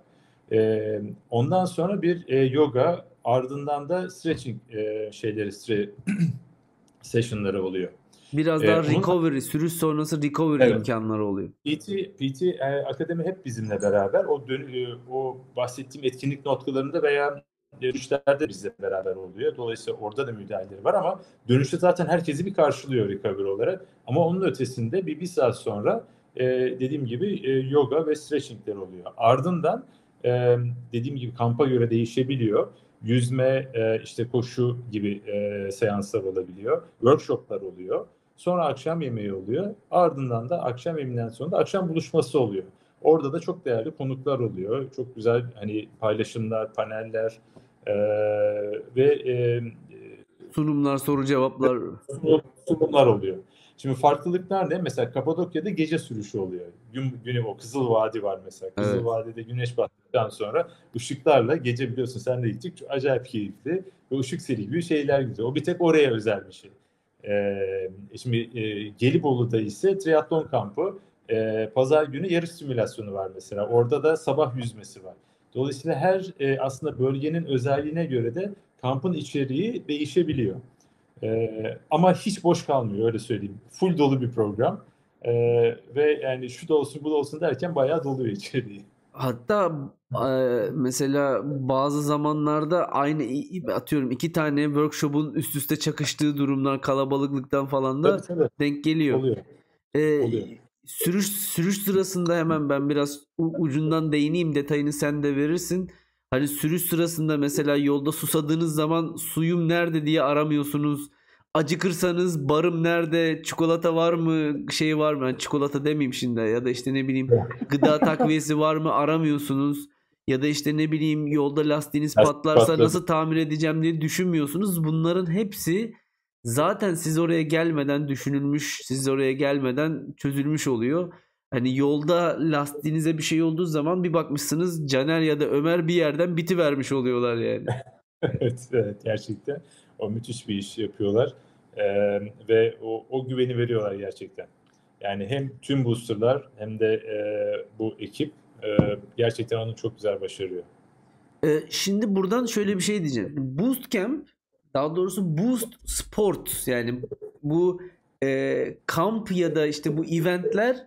Ee, ondan sonra bir e, yoga, ardından da stretching e, şeyleri, stre- session'ları oluyor. Biraz Ee, daha onun recovery, sürüş sonrası recovery evet. imkanları oluyor. P T, P T e, Akademi hep bizimle beraber. O dön, e, o bahsettiğim etkinlik notlarında veya dönüşlerde bizle beraber oluyor. Dolayısıyla orada da müdahaleleri var ama dönüşte zaten herkesi bir karşılıyor recovery olarak. Ama onun ötesinde bir, bir saat sonra e, dediğim gibi e, yoga ve stretchingler oluyor. Ardından e, dediğim gibi kampa göre değişebiliyor. Yüzme, e, işte koşu gibi e, seanslar olabiliyor. Workshoplar oluyor. Sonra akşam yemeği oluyor. Ardından da akşam yemeğinden sonra da akşam buluşması oluyor. Orada da çok değerli konuklar oluyor. Çok güzel hani paylaşımlar, paneller e, ve e, Sunumlar, soru cevaplar. sunumlar oluyor. Şimdi farklılıklar ne? Mesela Kapadokya'da gece sürüşü oluyor. Gün, günü o Kızıl Vadi var mesela. Kızıl Evet. Vadi'de güneş battıktan sonra ışıklarla gece biliyorsun sen de gittik. Çok acayip keyifli ve ışık seli gibi şeyler güzel. O bir tek oraya özel bir şey. Ee, şimdi e, Gelibolu'da ise triatlon kampı. E, Pazar günü yarış simülasyonu var mesela. Orada da sabah yüzmesi var. Dolayısıyla her e, aslında bölgenin özelliğine göre de kampın içeriği değişebiliyor. Ee, ama hiç boş kalmıyor öyle söyleyeyim. Full dolu bir program. Ee, ve yani şu da olsun bu da olsun derken bayağı doluyor içeriği. Hatta e, mesela bazı zamanlarda aynı atıyorum iki tane workshop'un üst üste çakıştığı durumlar kalabalıklıktan falan Tabii da tabii. denk geliyor. Oluyor. E, Oluyor. sürüş sürüş sırasında hemen ben biraz u- ucundan değineyim, detayını sen de verirsin. Hani sürüş sırasında mesela yolda susadığınız zaman suyum nerede diye aramıyorsunuz. Acıkırsanız barım nerede, çikolata var mı, şey var mı? Yani çikolata demeyeyim şimdi, ya da işte ne bileyim gıda takviyesi var mı aramıyorsunuz. Ya da işte ne bileyim yolda lastiğiniz Lastik patlarsa patladı. nasıl tamir edeceğim diye düşünmüyorsunuz. Bunların hepsi zaten siz oraya gelmeden düşünülmüş, siz oraya gelmeden çözülmüş oluyor. Hani yolda lastiğinize bir şey olduğu zaman bir bakmışsınız Caner ya da Ömer bir yerden bitivermiş oluyorlar yani. Evet, evet gerçekten. O müthiş bir iş yapıyorlar. Ee, ve o, o güveni veriyorlar gerçekten. Yani hem tüm boosterlar hem de e, bu ekip e, gerçekten onu çok güzel başarıyor. Ee, şimdi buradan şöyle bir şey diyeceğim. Boost Camp, daha doğrusu Boost Sport, yani bu e, kamp ya da işte bu eventler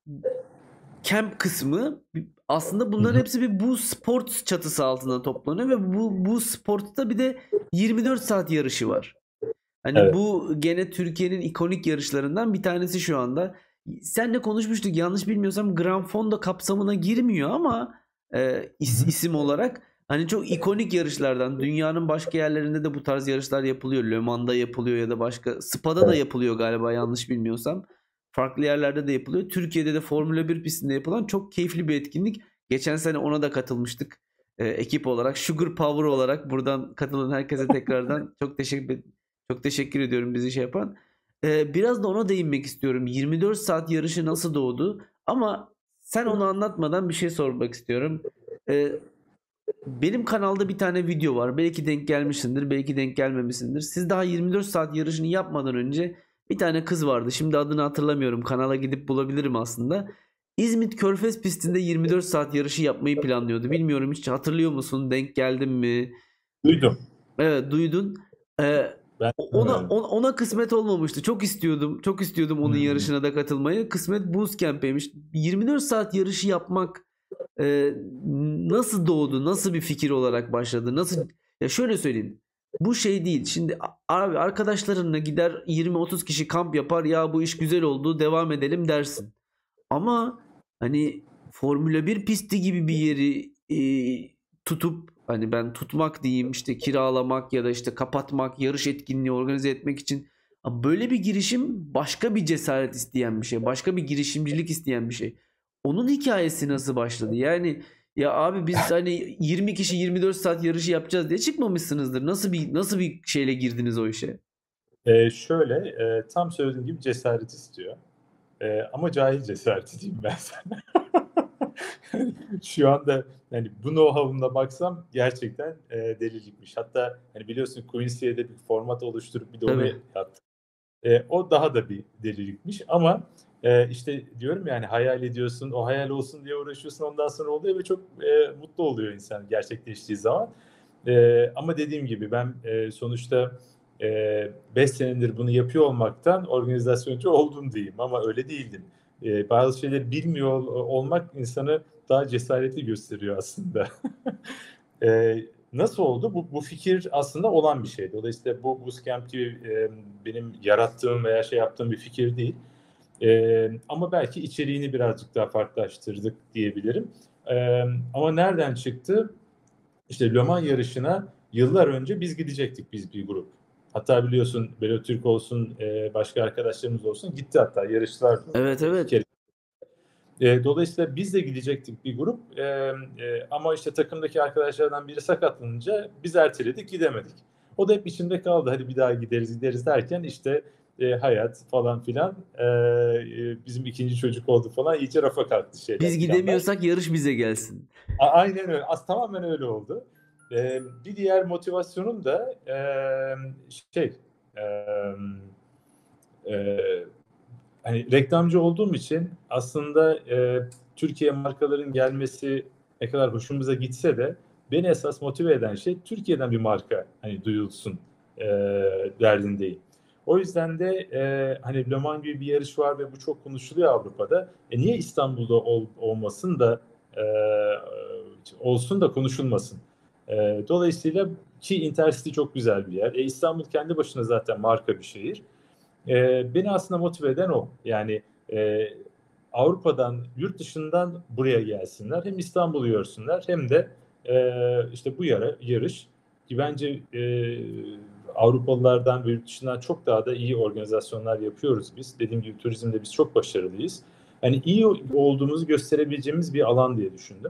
camp kısmı aslında bunların hepsi bir Boost Sports çatısı altında toplanıyor ve bu Boost Sports'ta bir de yirmi dört saat yarışı var. Hani Evet. bu gene Türkiye'nin ikonik yarışlarından bir tanesi şu anda. Senle konuşmuştuk, yanlış bilmiyorsam Gran Fondo kapsamına girmiyor ama e, is, isim olarak hani çok ikonik yarışlardan. Dünyanın başka yerlerinde de bu tarz yarışlar yapılıyor. Le Mans'da yapılıyor ya da başka Spa'da da Evet. yapılıyor galiba, yanlış bilmiyorsam. Farklı yerlerde de yapılıyor. Türkiye'de de Formula bir pistinde yapılan çok keyifli bir etkinlik. Geçen sene ona da katılmıştık. E, ekip olarak, Sugar Power olarak buradan katılan herkese tekrardan çok teşekkür çok teşekkür ediyorum bizi şey yapan. Ee, biraz da ona değinmek istiyorum. yirmi dört saat yarışı nasıl doğdu? Ama sen onu anlatmadan bir şey sormak istiyorum. Ee, benim kanalda bir tane video var. Belki denk gelmişsindir, belki denk gelmemişsindir. Siz daha yirmi dört saat yarışını yapmadan önce bir tane kız vardı. Şimdi adını hatırlamıyorum. Kanala gidip bulabilirim aslında. İzmit Körfez pistinde yirmi dört saat yarışı yapmayı planlıyordu. Bilmiyorum, hiç hatırlıyor musun? Denk geldin mi? Duydum. Evet, duydun. Ee, Ben Ona denemedim. ona ona kısmet olmamıştı. Çok istiyordum. Çok istiyordum onun Hmm. yarışına da katılmayı. Kısmet bootcamp'eymiş. yirmi dört saat yarışı yapmak e, nasıl doğdu? Nasıl bir fikir olarak başladı? Nasıl ya şöyle söyleyeyim. Bu şey değil. Şimdi abi arkadaşlarınla gider yirmi otuz kişi kamp yapar. Ya bu iş güzel oldu. Devam edelim dersin. Ama hani Formula bir pisti gibi bir yeri e, tutup hani ben tutmak diyeyim işte kiralamak ya da işte kapatmak, yarış etkinliği organize etmek için böyle bir girişim başka bir cesaret isteyen bir şey. Başka bir girişimcilik isteyen bir şey. Onun hikayesi nasıl başladı? Yani ya abi biz hani yirmi kişi yirmi dört saat yarışı yapacağız diye çıkmamışsınızdır. Nasıl bir nasıl bir şeyle girdiniz o işe? Ee, şöyle, e, tam söylediğim gibi cesaret istiyor. E, ama cahil cesareti diyeyim ben sana. Şu anda hani bu know-how'umla baksam gerçekten e, delilikmiş. Hatta hani biliyorsun Quincy'ye de bir format oluşturup bir de onu Tabii. yaptık. E, o daha da bir delilikmiş ama e, işte diyorum yani hayal ediyorsun, o hayal olsun diye uğraşıyorsun, ondan sonra oluyor ve çok e, mutlu oluyor insan gerçekleştiği zaman. E, ama dediğim gibi ben e, sonuçta beş senedir bunu yapıyor olmaktan organizasyoncu oldum diyeyim ama öyle değildim. E, bazı şeyleri bilmiyor ol- olmak insanı daha cesaretli gösteriyor aslında. e, Nasıl oldu? Bu, bu fikir aslında olan bir şey. Dolayısıyla bu bootcamp gibi e, benim yarattığım veya şey yaptığım bir fikir değil. E, ama belki içeriğini birazcık daha farklılaştırdık diyebilirim. E, ama nereden çıktı? İşte Le Mans yarışına yıllar önce biz gidecektik biz bir grup. Hatta biliyorsun Belo Türk olsun, e, başka arkadaşlarımız olsun gitti hatta yarıştılar Evet iki evet. kere. E, dolayısıyla biz de gidecektik bir grup. E, e, ama işte takımdaki arkadaşlardan biri sakatlanınca biz erteledik, gidemedik. O da hep içimde kaldı. Hadi bir daha gideriz gideriz derken işte e, hayat falan filan e, e, bizim ikinci çocuk oldu falan iyice rafa kalktı şeyler, Biz planlar. gidemiyorsak yarış bize gelsin. A- Aynen öyle. As tamamen öyle oldu. Ee, bir diğer motivasyonum da e, şey e, e, hani reklamcı olduğum için aslında e, Türkiye markaların gelmesi ne kadar hoşumuza gitse de beni esas motive eden şey Türkiye'den bir marka hani duyulsun e, derdindeyim. O yüzden de e, hani Le Mans gibi bir yarış var ve bu çok konuşuluyor Avrupa'da. E niye İstanbul'da ol, olmasın da e, olsun da konuşulmasın? E, dolayısıyla ki Intercity çok güzel bir yer. E, İstanbul kendi başına zaten marka bir şehir. E, beni aslında motive eden o. Yani e, Avrupa'dan, yurt dışından buraya gelsinler. Hem İstanbul'u görsünler hem de e, işte bu yara, yarış ki bence e, Avrupalılardan ve yurt dışından çok daha da iyi organizasyonlar yapıyoruz biz. Dediğim gibi turizmde biz çok başarılıyız. Yani iyi olduğumuzu gösterebileceğimiz bir alan diye düşündüm.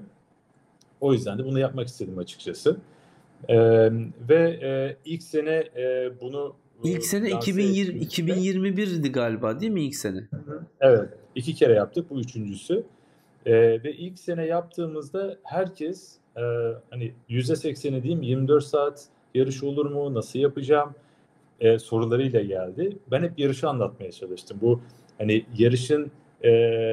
O yüzden de bunu yapmak istedim açıkçası. E, ve e, ilk sene e, bunu e, İlk sene lanse iki bin yirmi, ettiğimizde iki bin yirmi birdi galiba değil mi ilk sene? evet, iki kere yaptık. Bu üçüncüsü. Ee, ve ilk sene yaptığımızda herkes e, hani yüzde sekseni diyeyim yirmi dört saat yarış olur mu? Nasıl yapacağım? E, sorularıyla geldi. Ben hep yarışı anlatmaya çalıştım. Bu hani yarışın e,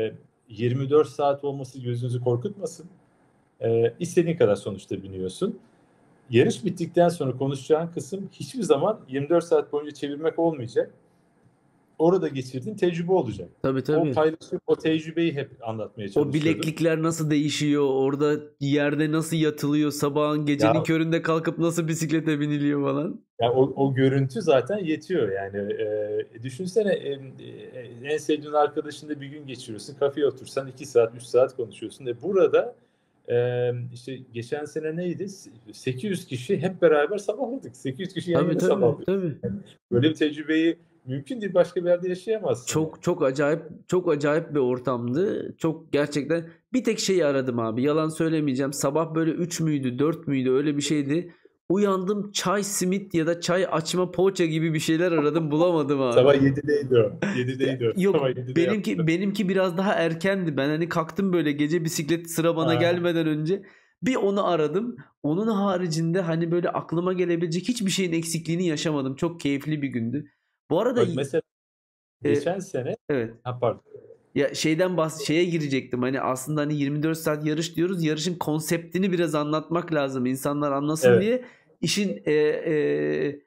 yirmi dört saat olması gözünüzü korkutmasın. E, istediğin kadar sonuçta biniyorsun. Yarış bittikten sonra konuşacağın kısım hiçbir zaman yirmi dört saat boyunca çevirmek olmayacak. Orada geçirdiğin tecrübe olacak. Tabii O tabii. paylaşıp o tecrübeyi hep anlatmaya O çalışıyordum. bileklikler nasıl değişiyor? Orada yerde nasıl yatılıyor? Sabahın gecenin Ya, köründe kalkıp nasıl bisiklete biniliyor falan. ya o, o görüntü zaten yetiyor yani. E, düşünsene e, e, en sevdiğin arkadaşınla bir gün geçiriyorsun. Kafeye otursan iki saat, üç saat konuşuyorsun. E, burada e, işte geçen sene neydi? sekiz yüz kişi hep beraber sabahladık. sekiz yüz kişi yan Tabii yana tabii sabahlıyoruz. tabii. Böyle bir tecrübeyi mümkün değil. Başka bir yerde yaşayamazsın yani. Çok çok acayip çok acayip bir ortamdı. Çok gerçekten bir tek şeyi aradım abi. Yalan söylemeyeceğim. Sabah böyle üç müydü, dört müydü öyle bir şeydi. Uyandım çay simit ya da çay açma poğaça gibi bir şeyler aradım bulamadım abi. Sabah yedideydi o. Ya, yedideydi o. yok Sabah yedide benimki yaptım. benimki biraz daha erkendi. Ben hani kalktım böyle gece bisiklet sıra bana Ha. gelmeden önce bir onu aradım. Onun haricinde hani böyle aklıma gelebilecek hiçbir şeyin eksikliğini yaşamadım. Çok keyifli bir gündü. Bu arada Bak mesela e, geçen sene evet. ha pardon. Ya şeyden bahs şeye girecektim. Hani aslında hani yirmi dört saat yarış diyoruz. Yarışın konseptini biraz anlatmak lazım insanlar anlasın Evet. diye. İşin e, e,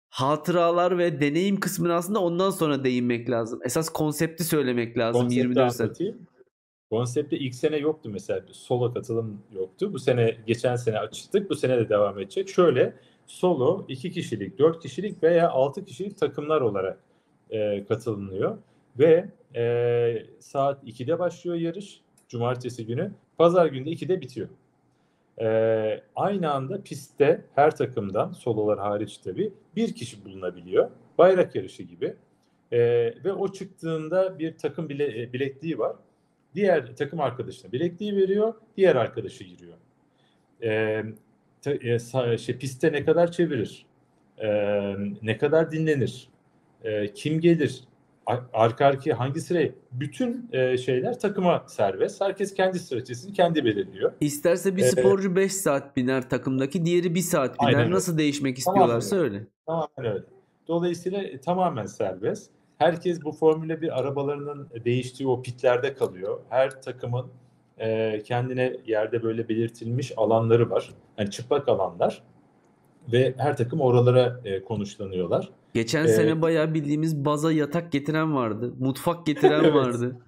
hatıralar ve deneyim kısmına aslında ondan sonra değinmek lazım. Esas konsepti söylemek lazım Konsepti yirmi dört saat. anlatayım. Konsepte ilk sene yoktu mesela. Solo katılım yoktu. Bu sene, geçen sene açtık. Bu sene de devam edecek. Şöyle solo, iki kişilik, dört kişilik veya altı kişilik takımlar olarak e, katılınıyor. Ve e, saat ikide başlıyor yarış. Cumartesi günü. Pazar günü de ikide bitiyor. E, aynı anda pistte her takımdan, sololar hariç tabii, bir kişi bulunabiliyor. Bayrak yarışı gibi. E, ve o çıktığında bir takım bile, bilekliği var. Diğer takım arkadaşına bilekliği veriyor, diğer arkadaşı giriyor. E, ta, e, şey, pistte ne kadar çevirir, e, ne kadar dinlenir, e, kim gelir, arka arkaya hangi sıraya, bütün e, şeyler takıma serbest. Herkes kendi stratejisini kendi belirliyor. İsterse bir E, sporcu beş saat biner takımdaki, diğeri bir saat biner. Aynen Nasıl öyle. değişmek istiyorlarsa Tamamen öyle. Tamamen öyle. Dolayısıyla e, tamamen serbest. Herkes bu Formula bir arabalarının değiştiği o pitlerde kalıyor. Her takımın e, kendine yerde böyle belirtilmiş alanları var. Yani çıplak alanlar ve her takım oralara e, konuşlanıyorlar. Geçen E, sene bayağı bildiğimiz baza yatak getiren vardı. Mutfak getiren evet. vardı.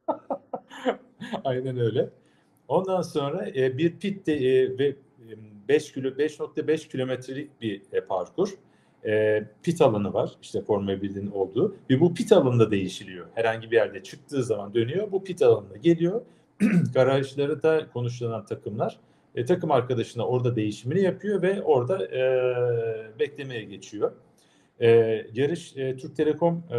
Aynen öyle. Ondan sonra e, bir pit de, e, ve beş kilo beş nokta beş kilometrelik bir e, parkur. E, pit alanı var. İşte Formula bir'in olduğu. Ve bu pit alanında değişiliyor. Herhangi bir yerde çıktığı zaman dönüyor. Bu pit alanına geliyor. Garajları da konuşulan takımlar e, takım arkadaşına orada değişimini yapıyor ve orada e, beklemeye geçiyor. E, yarış e, Türk Telekom e,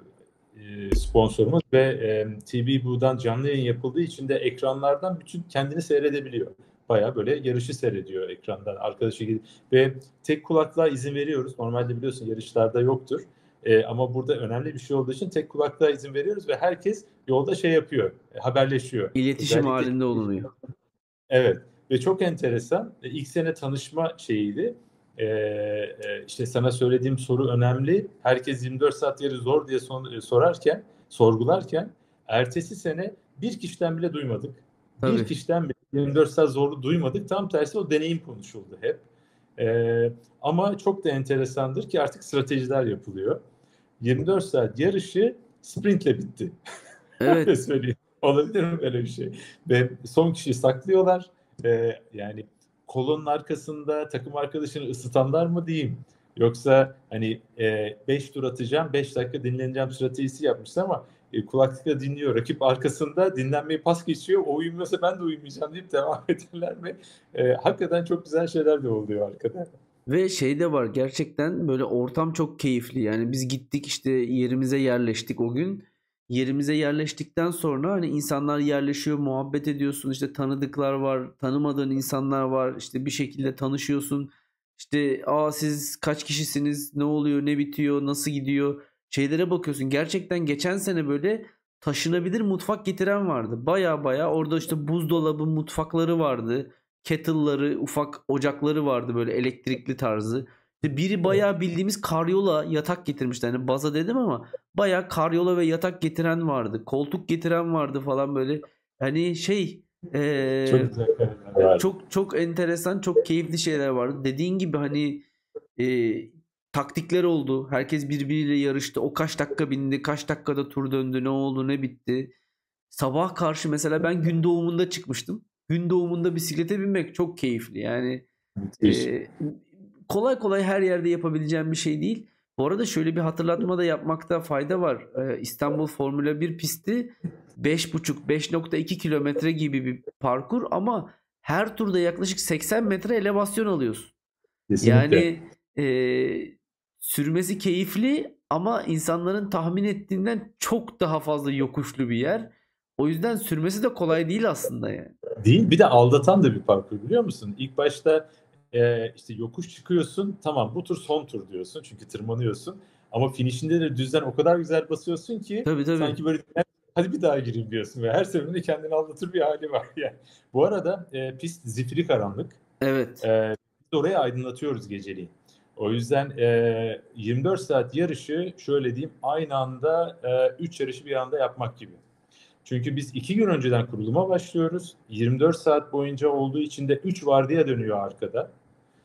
e, sponsorumuz ve e, T V Bu'dan canlı yayın yapıldığı için de ekranlardan bütün kendini seyredebiliyor. Bayağı böyle yarışı seyrediyor ekrandan arkadaşı gibi ve tek kulaklığa izin veriyoruz. Normalde biliyorsun yarışlarda yoktur. E, ama burada önemli bir şey olduğu için tek kulaklığa izin veriyoruz ve herkes yolda şey yapıyor, e, haberleşiyor. İletişim Özellikle halinde olunuyor. evet ve çok enteresan. E, ilk sene tanışma şeyiydi. Ee, e, işte sana söylediğim soru önemli. Herkes yirmi dört saat yeri zor diye son, sorarken, sorgularken ertesi sene bir kişiden bile duymadık. Bir Tabii. kişiden bile yirmi dört saat zorlu duymadık. Tam tersi o deneyim konuşuldu hep. Ee, ama çok da enteresandır ki artık stratejiler yapılıyor. yirmi dört saat yarışı sprintle bitti. Öyle Evet. söyleyeyim. Olabilir mi böyle bir şey? Ve son kişiyi saklıyorlar. Ee, yani kolonun arkasında takım arkadaşını ısıtanlar mı diyeyim? Yoksa hani beş e, tur atacağım, beş dakika dinleneceğim stratejisi yapmışlar ama e, kulaklıkla dinliyor. Rakip arkasında dinlenmeyi pas geçiyor. O uyumuyorsa ben de uyumayacağım deyip devam ederler mi? E, hakikaten çok güzel şeyler de oluyor arkada. Ve şey de var, gerçekten böyle ortam çok keyifli. Yani biz gittik işte yerimize yerleştik o gün. Yerimize yerleştikten sonra hani insanlar yerleşiyor, muhabbet ediyorsun. İşte tanıdıklar var, tanımadığın insanlar var. İşte bir şekilde tanışıyorsun. İşte aa siz kaç kişisiniz, ne oluyor, ne bitiyor, nasıl gidiyor şeylere bakıyorsun. Gerçekten geçen sene böyle taşınabilir mutfak getiren vardı. Baya baya orada işte buzdolabı mutfakları vardı. Kettle'ları, ufak ocakları vardı böyle elektrikli tarzı. İşte biri bayağı bildiğimiz karyola yatak getirmişti. Hani baza dedim ama bayağı karyola ve yatak getiren vardı. Koltuk getiren vardı falan böyle. Hani şey Çok eee, güzel kareler var. çok çok enteresan, çok keyifli şeyler vardı. Dediğin gibi hani eee, taktikler oldu. Herkes birbiriyle yarıştı. O kaç dakika bindi, kaç dakikada tur döndü, ne oldu, ne bitti. Sabah karşı mesela ben gün doğumunda çıkmıştım. Gün doğumunda bisiklete binmek çok keyifli. Yani Müthiş. e, kolay kolay her yerde yapabileceğim bir şey değil. Bu arada şöyle bir hatırlatma da yapmakta fayda var. E, İstanbul Formula bir pisti beş buçuk beş nokta iki kilometre gibi bir parkur ama her turda yaklaşık seksen metre elevasyon alıyorsun. Kesinlikle. Yani e, sürmesi keyifli ama insanların tahmin ettiğinden çok daha fazla yokuşlu bir yer. O yüzden sürmesi de kolay değil aslında yani. Değil. Bir de aldatan da bir parkur biliyor musun? İlk başta e, işte yokuş çıkıyorsun. Tamam bu tur son tur diyorsun. Çünkü tırmanıyorsun. Ama finişinde de düzden o kadar güzel basıyorsun ki Tabii tabii. sanki böyle hadi bir daha gireyim diyorsun. Ve her seferinde kendini aldatır bir hali var yani. Bu arada e, pist zifiri karanlık. Evet. E, biz orayı aydınlatıyoruz geceliğin. O yüzden e, yirmi dört saat yarışı şöyle diyeyim aynı anda üç yarışı bir anda yapmak gibi. Çünkü biz iki gün önceden kuruluma başlıyoruz. yirmi dört saat boyunca olduğu için de üç vardiya dönüyor arkada.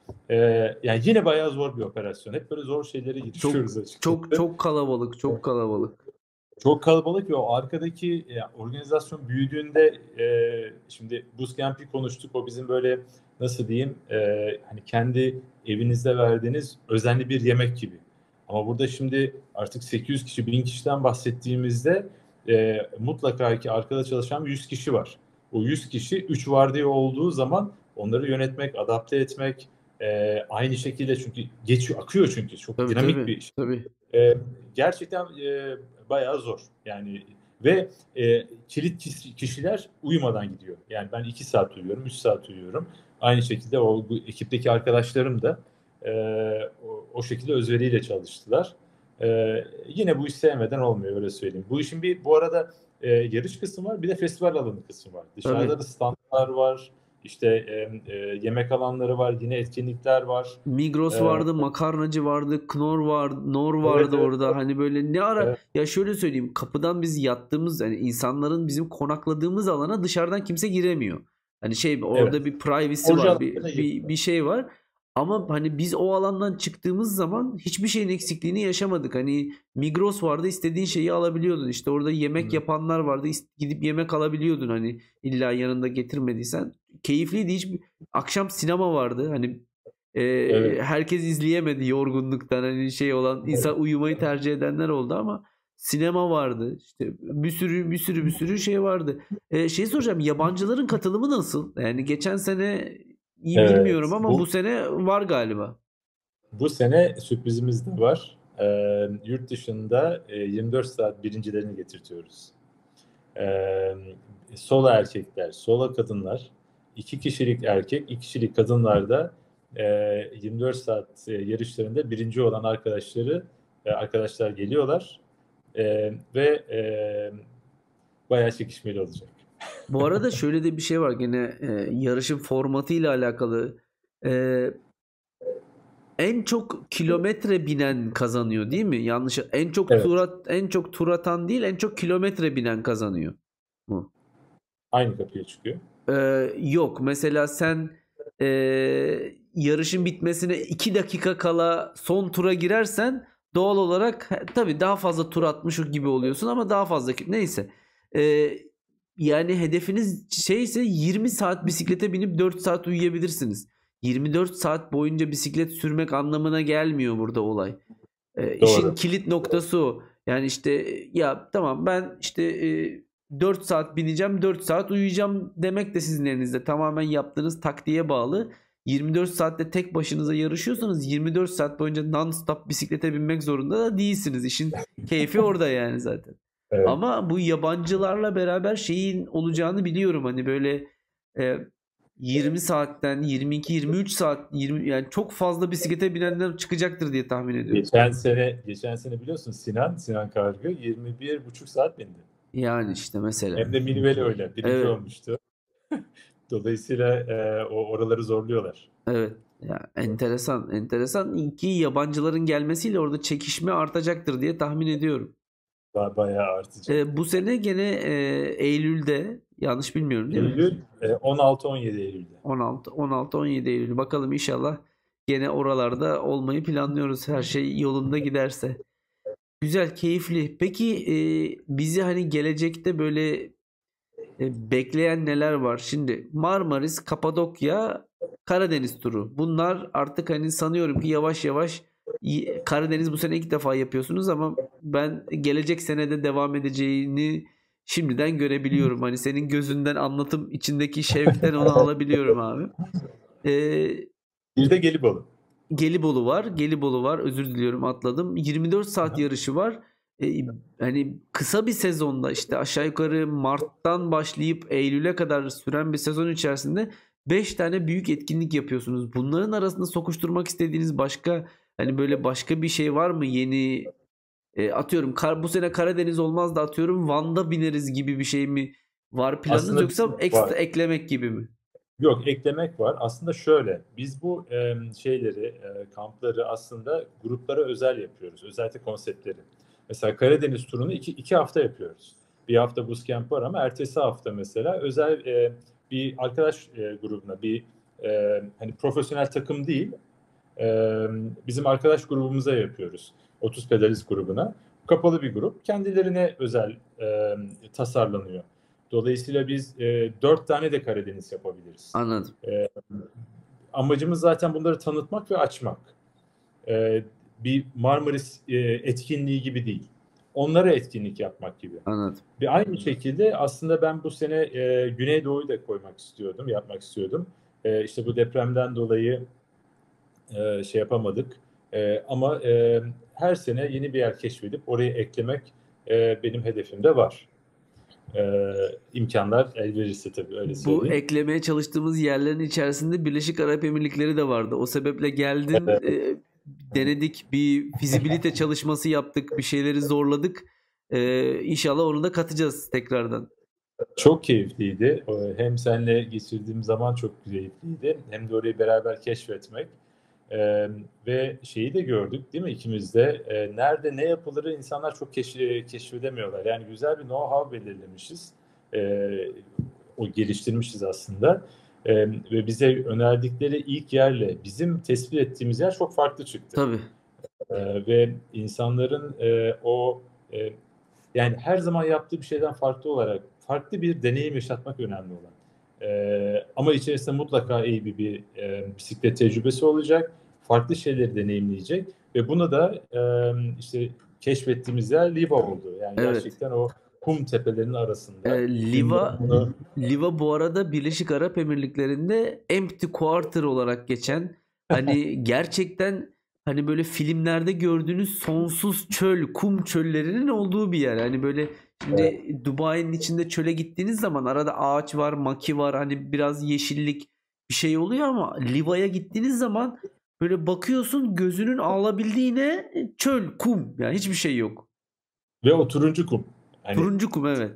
E, yani yine bayağı zor bir operasyon. Hep böyle zor şeylere Çok girişiyoruz açıkçası. çok çok kalabalık, çok kalabalık. Çok kalabalık ve o arkadaki e, organizasyon büyüdüğünde e, şimdi Bootcamp'i konuştuk. O bizim böyle nasıl diyeyim e, hani kendi evinizde verdiğiniz özenli bir yemek gibi. Ama burada şimdi artık sekiz yüz kişi, bin kişiden bahsettiğimizde e, mutlaka ki arkada çalışan yüz kişi var. O yüz kişi üç vardiya olduğu zaman onları yönetmek, adapte etmek e, aynı şekilde çünkü geçiyor, akıyor çünkü çok Tabii dinamik tabii. bir iş. Tabii. E, gerçekten e, bayağı zor. Yani ve e, kilit kişiler uyumadan gidiyor. Yani ben iki saat uyuyorum, üç saat uyuyorum. Aynı şekilde o bu ekipteki arkadaşlarım da e, o, o şekilde özveriyle çalıştılar. E, yine bu iş sevmeden olmuyor, öyle söyleyeyim. Bu işin bir bu arada e, yarış kısmı var, bir de festival alanı kısmı var. Dışarıda Tabii. da standlar var. İşte e, e, yemek alanları var, yine etkinlikler var. Migros E, vardı, makarnacı vardı, Knorr vardı, Nor vardı evet, evet, orada. Hani böyle ne ara evet, ya şöyle söyleyeyim, kapıdan biz yattığımız yani insanların bizim konakladığımız alana dışarıdan kimse giremiyor. Hani şey evet. orada bir privacy Sporcu var, bir alanlarına bir girdiler. bir şey var. Ama hani biz o alandan çıktığımız zaman hiçbir şeyin eksikliğini yaşamadık. Hani Migros vardı, istediğin şeyi alabiliyordun. İşte orada yemek Hı. yapanlar vardı, ist- gidip yemek alabiliyordun hani illa yanında getirmediysen. Keyifliydi. Hiç akşam sinema vardı. Hani ee, Evet. herkes izleyemedi yorgunluktan hani şey olan insan uyumayı tercih edenler oldu ama sinema vardı işte bir sürü bir sürü bir sürü şey vardı. Ee, şey soracağım, yabancıların katılımı nasıl? Yani geçen sene iyi bilmiyorum Evet. ama bu Bu sene var galiba. bu sene sürprizimiz de var. Ee, yurt dışında e, yirmi dört saat birincilerini getirtiyoruz. Ee, solo erkekler, solo kadınlar, iki kişilik erkek, iki kişilik kadınlarda e, yirmi dört saat e, yarışlarında birinci olan arkadaşları e, arkadaşlar geliyorlar. E, ve e, bayağı çekişmeli olacak. Bu arada şöyle de bir şey var gene e, yarışın formatıyla alakalı. E, En çok kilometre binen kazanıyor değil mi? Yanlış. En çok tur Evet, at- en çok tur atan değil, en çok kilometre binen kazanıyor mu? aynı kapıya çıkıyor. Ee, yok. Mesela sen e, yarışın bitmesine iki dakika kala son tura girersen doğal olarak he, tabii daha fazla tur atmış gibi oluyorsun ama daha fazla neyse. Ee, Yani hedefiniz şeyse yirmi saat bisiklete binip dört saat uyuyabilirsiniz. yirmi dört saat boyunca bisiklet sürmek anlamına gelmiyor burada olay. E, işin Doğru. kilit noktası o. Yani işte ya tamam ben işte e, dört saat bineceğim, dört saat uyuyacağım demek de sizin elinizde. Tamamen yaptığınız taktiğe bağlı. yirmi dört saatte tek başınıza yarışıyorsanız yirmi dört saat boyunca non-stop bisiklete binmek zorunda da değilsiniz. İşin keyfi orada yani zaten. Evet. Ama bu yabancılarla beraber şeyin olacağını biliyorum. Hani böyle e, yirmi saatten yirmi iki yirmi üç saat yirmi yani çok fazla bisiklete binenler çıkacaktır diye tahmin ediyorum. Geçen sene geçen sene biliyorsun Sinan Sinan Kargı yirmi bir buçuk saat bindi. Yani işte mesela. Hem de Miniveli öyle. Birinci Evet. olmuştu. Dolayısıyla e, o oraları zorluyorlar. Evet. Ya enteresan, enteresan ki yabancıların gelmesiyle orada çekişme artacaktır diye tahmin ediyorum. Ba- Bayağı artacak. Ee, bu sene gene e, Eylül'de yanlış bilmiyorum değil mi? Eylül e, on altı on yedi Eylül'de. on altı on altı on yedi Eylül. Bakalım inşallah gene oralarda olmayı planlıyoruz. Her şey yolunda giderse. Güzel, keyifli. Peki e, bizi hani gelecekte böyle e, bekleyen neler var? Şimdi Marmaris, Kapadokya, Karadeniz turu. Bunlar artık hani sanıyorum ki yavaş yavaş y- Karadeniz bu sene ilk defa yapıyorsunuz ama ben gelecek senede devam edeceğini şimdiden görebiliyorum. Hani senin gözünden anlatım içindeki şevkten onu alabiliyorum abi. Ee, Bir de Gelibolu. Gelibolu var. Gelibolu var. Özür diliyorum atladım. yirmi dört saat Aha. yarışı var. Ee, hani kısa bir sezonda işte aşağı yukarı Mart'tan başlayıp Eylül'e kadar süren bir sezon içerisinde beş tane büyük etkinlik yapıyorsunuz. Bunların arasında sokuşturmak istediğiniz başka hani böyle başka bir şey var mı? Yeni e, atıyorum kar, bu sene Karadeniz olmaz da atıyorum Van'da bineriz gibi bir şey mi var planınız Aslında yoksa bizim ekstra var. eklemek gibi mi? Yok, eklemek var. Aslında şöyle, biz bu e, şeyleri, e, kampları aslında gruplara özel yapıyoruz. Özellikle konseptleri. Mesela Karadeniz turunu iki, iki hafta yapıyoruz. Bir hafta bootcamp var ama ertesi hafta mesela özel e, bir arkadaş e, grubuna, bir e, hani profesyonel takım değil, e, bizim arkadaş grubumuza yapıyoruz. otuz pedalist grubuna. Kapalı bir grup. Kendilerine özel e, tasarlanıyor. Dolayısıyla biz e, dört tane de Karadeniz yapabiliriz. Anladım. E, amacımız zaten bunları tanıtmak ve açmak. E, bir Marmaris e, etkinliği gibi değil. Onlara etkinlik yapmak gibi. Anladım. Ve aynı şekilde aslında ben bu sene e, Güneydoğu'yu da koymak istiyordum, yapmak istiyordum. E, işte bu depremden dolayı e, şey yapamadık. E, ama e, her sene yeni bir yer keşfedip orayı eklemek e, benim hedefimde var. E, imkanlar el verirse tabii, öyle Bu söyleyeyim. eklemeye çalıştığımız yerlerin içerisinde Birleşik Arap Emirlikleri de vardı. O sebeple geldin, Evet. e, denedik, bir fizibilite çalışması yaptık, bir şeyleri zorladık. E, İnşallah onu da katacağız tekrardan. Çok keyifliydi. E, Hem seninle geçirdiğim zaman çok keyifliydi. Hem de orayı beraber keşfetmek. Ee, ve şeyi de gördük değil mi ikimiz de, e, nerede ne yapılırı insanlar çok keşf- keşfedemiyorlar. Yani güzel bir know-how belirlemişiz. Ee, o geliştirmişiz aslında. Ee, ve bize önerdikleri ilk yerle bizim tespit ettiğimiz yer çok farklı çıktı. Tabii. Ee, ve insanların e, o e, yani her zaman yaptığı bir şeyden farklı olarak farklı bir deneyim yaşatmak önemli olan. Ee, ama içerisinde mutlaka iyi bir, bir e, bisiklet tecrübesi olacak. Farklı şeyleri deneyimleyecek ve bunu da e, işte keşfettiğimiz yer Liva oldu. Yani Evet. gerçekten o kum tepelerinin arasında. E, Liva, Bunu, Liva bu arada Birleşik Arap Emirlikleri'nde empty quarter olarak geçen, hani gerçekten hani böyle filmlerde gördüğünüz sonsuz çöl, kum çöllerinin olduğu bir yer. Hani böyle şimdi evet. Dubai'nin içinde çöle gittiğiniz zaman arada ağaç var, maki var, hani biraz yeşillik bir şey oluyor ama Liva'ya gittiğiniz zaman böyle bakıyorsun, gözünün alabildiğine çöl, kum, yani hiçbir şey yok. Ve o turuncu kum. Hani, Turuncu kum, evet.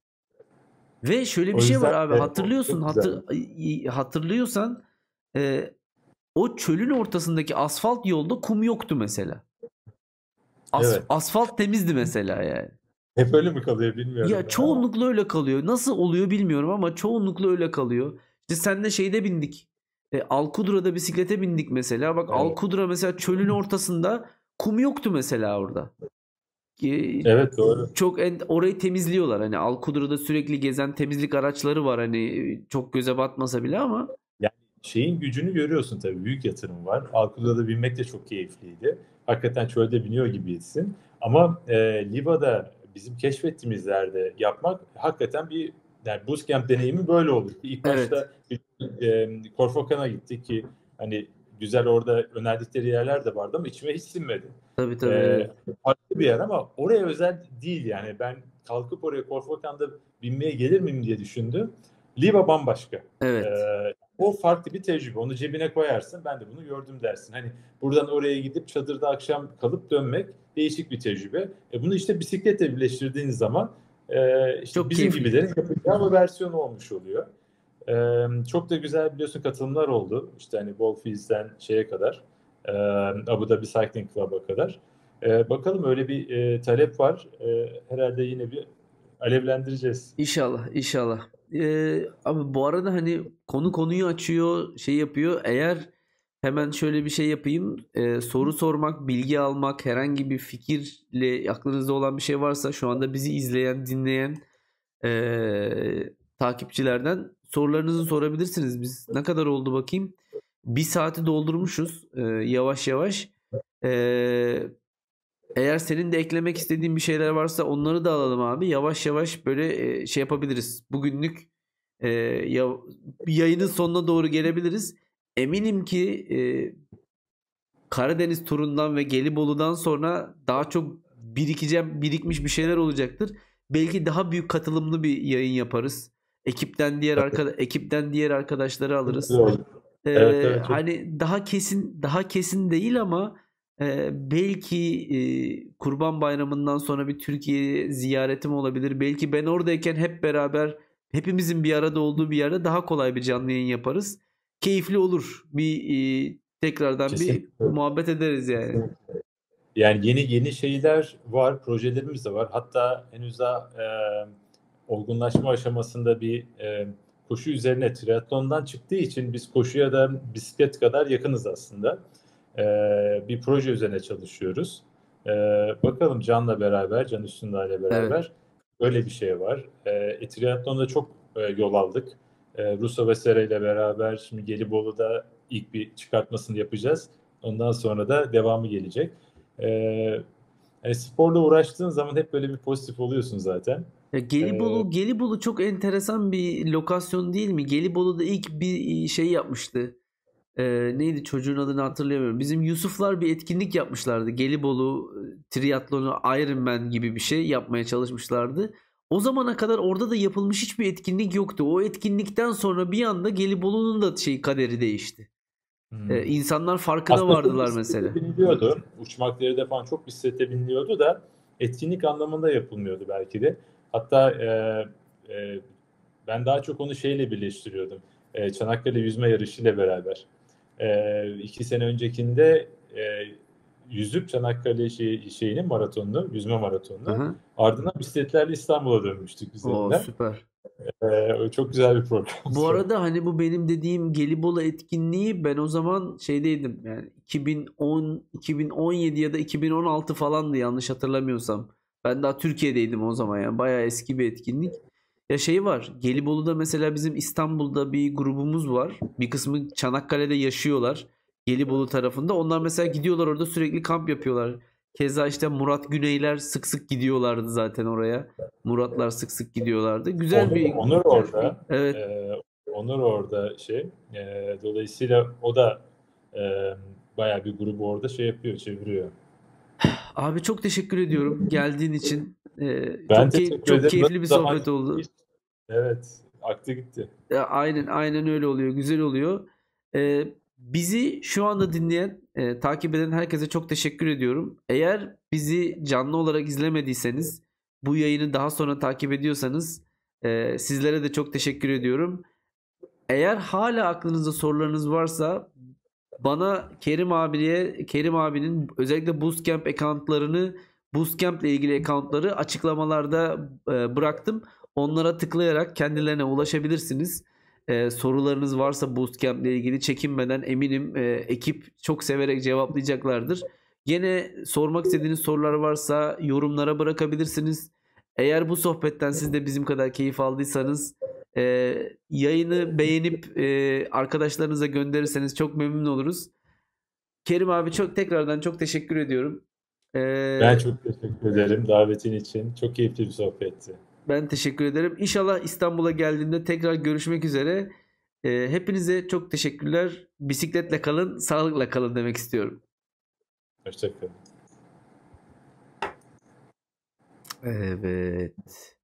Ve şöyle bir o şey var yüzden abi, e, hatırlıyorsun, çok güzel. hatır, hatırlıyorsan e, o çölün ortasındaki asfalt yolda kum yoktu mesela. As, Evet. asfalt temizdi mesela yani. Hep öyle mi kalıyor bilmiyorum Ya ben ama. çoğunlukla öyle kalıyor. Nasıl oluyor bilmiyorum ama çoğunlukla öyle kalıyor. İşte senle şeyde bindik. E, Alkudra'da bisiklete bindik mesela. Bak Evet. Alkudra mesela çölün ortasında, kum yoktu mesela orada. E, Evet, doğru. Çok en, orayı temizliyorlar. Hani Alkudra'da sürekli gezen temizlik araçları var. Hani çok göze batmasa bile ama Yani şeyin gücünü görüyorsun tabii. Büyük yatırım var. Alkuda'da binmek de çok keyifliydi. Hakikaten çölde biniyor gibisin. Ama e, Liva'da bizim keşfettiğimiz yerde yapmak hakikaten bir, yani bootcamp deneyimi böyle oldu. İlk evet. başta e, Korfokan'a gittik ki hani güzel, orada önerdikleri yerler de vardı ama içime hiç sinmedi. Tabii tabii, E, evet. farklı bir yer ama oraya özel değil yani. Ben kalkıp oraya Korfokan'da binmeye gelir miyim diye düşündüm. Liva bambaşka. E, Evet. o farklı bir tecrübe. Onu cebine koyarsın. Ben de bunu gördüm dersin. Hani buradan oraya gidip çadırda akşam kalıp dönmek değişik bir tecrübe. E bunu işte bisikletle birleştirdiğiniz zaman e, işte Çok bizim keyifli. gibilerin yapacağı bir versiyonu olmuş oluyor. E, çok da güzel, biliyorsun, katılımlar oldu. İşte hani Wallfields'den şeye kadar, e, Abu Dhabi Cycling Club'a kadar. E, bakalım, öyle bir e, talep var. E, herhalde yine bir alevlendireceğiz. İnşallah, inşallah. Ee, abi bu arada hani konu konuyu açıyor, şey yapıyor. Eğer hemen şöyle bir şey yapayım. Ee, soru sormak, bilgi almak, herhangi bir fikirle aklınızda olan bir şey varsa şu anda bizi izleyen, dinleyen ee, takipçilerden sorularınızı sorabilirsiniz. Biz ne kadar oldu bakayım? Bir saati doldurmuşuz ee, yavaş yavaş. Ee, Eğer senin de eklemek istediğin bir şeyler varsa onları da alalım abi. Yavaş yavaş böyle e, şey yapabiliriz. Bugünlük e, ya, yayının sonuna doğru gelebiliriz. Eminim ki e, Karadeniz turundan ve Gelibolu'dan sonra daha çok birikeceğim, birikmiş bir şeyler olacaktır. Belki daha büyük katılımlı bir yayın yaparız. Ekipten diğer arkada ekipten diğer arkadaşları alırız. Güzel. Evet, Ee, evet, çok hani daha kesin daha kesin değil ama e, belki e, Kurban Bayramı'ndan sonra bir Türkiye ziyaretim olabilir. Belki ben oradayken hep beraber hepimizin bir arada olduğu bir yerde daha kolay bir canlı yayın yaparız. Keyifli olur. Bir e, tekrardan bir kesinlikle. muhabbet ederiz yani. Yani yeni yeni şeyler var, projelerimiz de var. Hatta henüz daha e, olgunlaşma aşamasında bir e, koşu üzerine triatlondan çıktığı için biz koşuya da bisiklet kadar yakınız aslında. Ee, bir proje üzerine çalışıyoruz. Ee, bakalım Can'la beraber, Can Üstünder'le beraber Evet. öyle bir şey var. Ee, e, triatlonda çok e, yol aldık. Ee, Russo ve Sera ile beraber şimdi Gelibolu'da ilk bir çıkartmasını yapacağız. Ondan sonra da devamı gelecek. Ee, yani sporla uğraştığın zaman hep böyle bir pozitif oluyorsun zaten. Ya Ee, Gelibolu, Gelibolu çok enteresan bir lokasyon değil mi? Gelibolu'da ilk bir şey yapmıştı. Ee, neydi çocuğun adını hatırlayamıyorum. Bizim Yusuflar bir etkinlik yapmışlardı. Gelibolu e, triatlonu Ironman gibi bir şey yapmaya çalışmışlardı. O zamana kadar orada da yapılmış hiçbir etkinlik yoktu. O etkinlikten sonra bir anda Gelibolu'nun da şey kaderi değişti. Ee, hmm. insanlar farkına Aslında çok vardılar bisiklete mesela. biniliyordu. Uçmak deride falan çok bisiklete biniliyordu da etkinlik anlamında yapılmıyordu belki de. Hatta e, e, ben daha çok onu şeyle birleştiriyordum. E, Çanakkale yüzme yarışıyla beraber. E, iki sene öncekinde e, yüzüp Çanakkale şey, şeyinin maratonunu, yüzme maratonunu Aha. ardından bisikletlerle İstanbul'a dönmüştük O üzerinden. süper. E, çok güzel bir program. Bu arada hani bu benim dediğim Gelibolu etkinliği ben o zaman şeydeydim yani iki bin on, iki bin on yedi ya da iki bin on altı falandı yanlış hatırlamıyorsam. Ben daha Türkiye'deydim o zaman yani bayağı eski bir etkinlik. Ya şey var Gelibolu'da mesela bizim İstanbul'da bir grubumuz var. Bir kısmı Çanakkale'de yaşıyorlar. Gelibolu tarafında. Onlar mesela gidiyorlar orada sürekli kamp yapıyorlar. Keza işte Murat Güneyler sık sık gidiyorlardı zaten oraya. Muratlar sık sık gidiyorlardı. Güzel Onur, bir Onur orada. evet. E, Onur orada şey. E, dolayısıyla o da e, bayağı bir grubu orada şey yapıyor, çeviriyor. Abi çok teşekkür ediyorum geldiğin için. Ee, Ben çok key- teşekkür çok ederim. Nasıl keyifli bir zaman sohbet oldu. hiç, evet, aktı gitti. Ya, aynen aynen öyle oluyor. Güzel oluyor. Ee, bizi şu anda dinleyen, e, takip eden herkese çok teşekkür ediyorum. Eğer bizi canlı olarak izlemediyseniz, bu yayını daha sonra takip ediyorsanız e, sizlere de çok teşekkür ediyorum. Eğer hala aklınızda sorularınız varsa bana Kerim abiye Kerim abinin özellikle Bootcamp accountlarını Bootcamp ile ilgili accountları açıklamalarda e, bıraktım. Onlara tıklayarak kendilerine ulaşabilirsiniz. E, sorularınız varsa Bootcamp ile ilgili çekinmeden eminim e, ekip çok severek cevaplayacaklardır. Gene sormak istediğiniz sorular varsa yorumlara bırakabilirsiniz. Eğer bu sohbetten siz de bizim kadar keyif aldıysanız ee, yayını beğenip e, arkadaşlarınıza gönderirseniz çok memnun oluruz. Kerim abi çok tekrardan çok teşekkür ediyorum. Ben Ee, çok teşekkür ederim davetin için. Çok keyifli bir sohbetti. ben teşekkür ederim. İnşallah İstanbul'a geldiğimde tekrar görüşmek üzere. Ee, hepinize çok teşekkürler. Bisikletle kalın, sağlıkla kalın demek istiyorum. Hoşça kalın. Evet.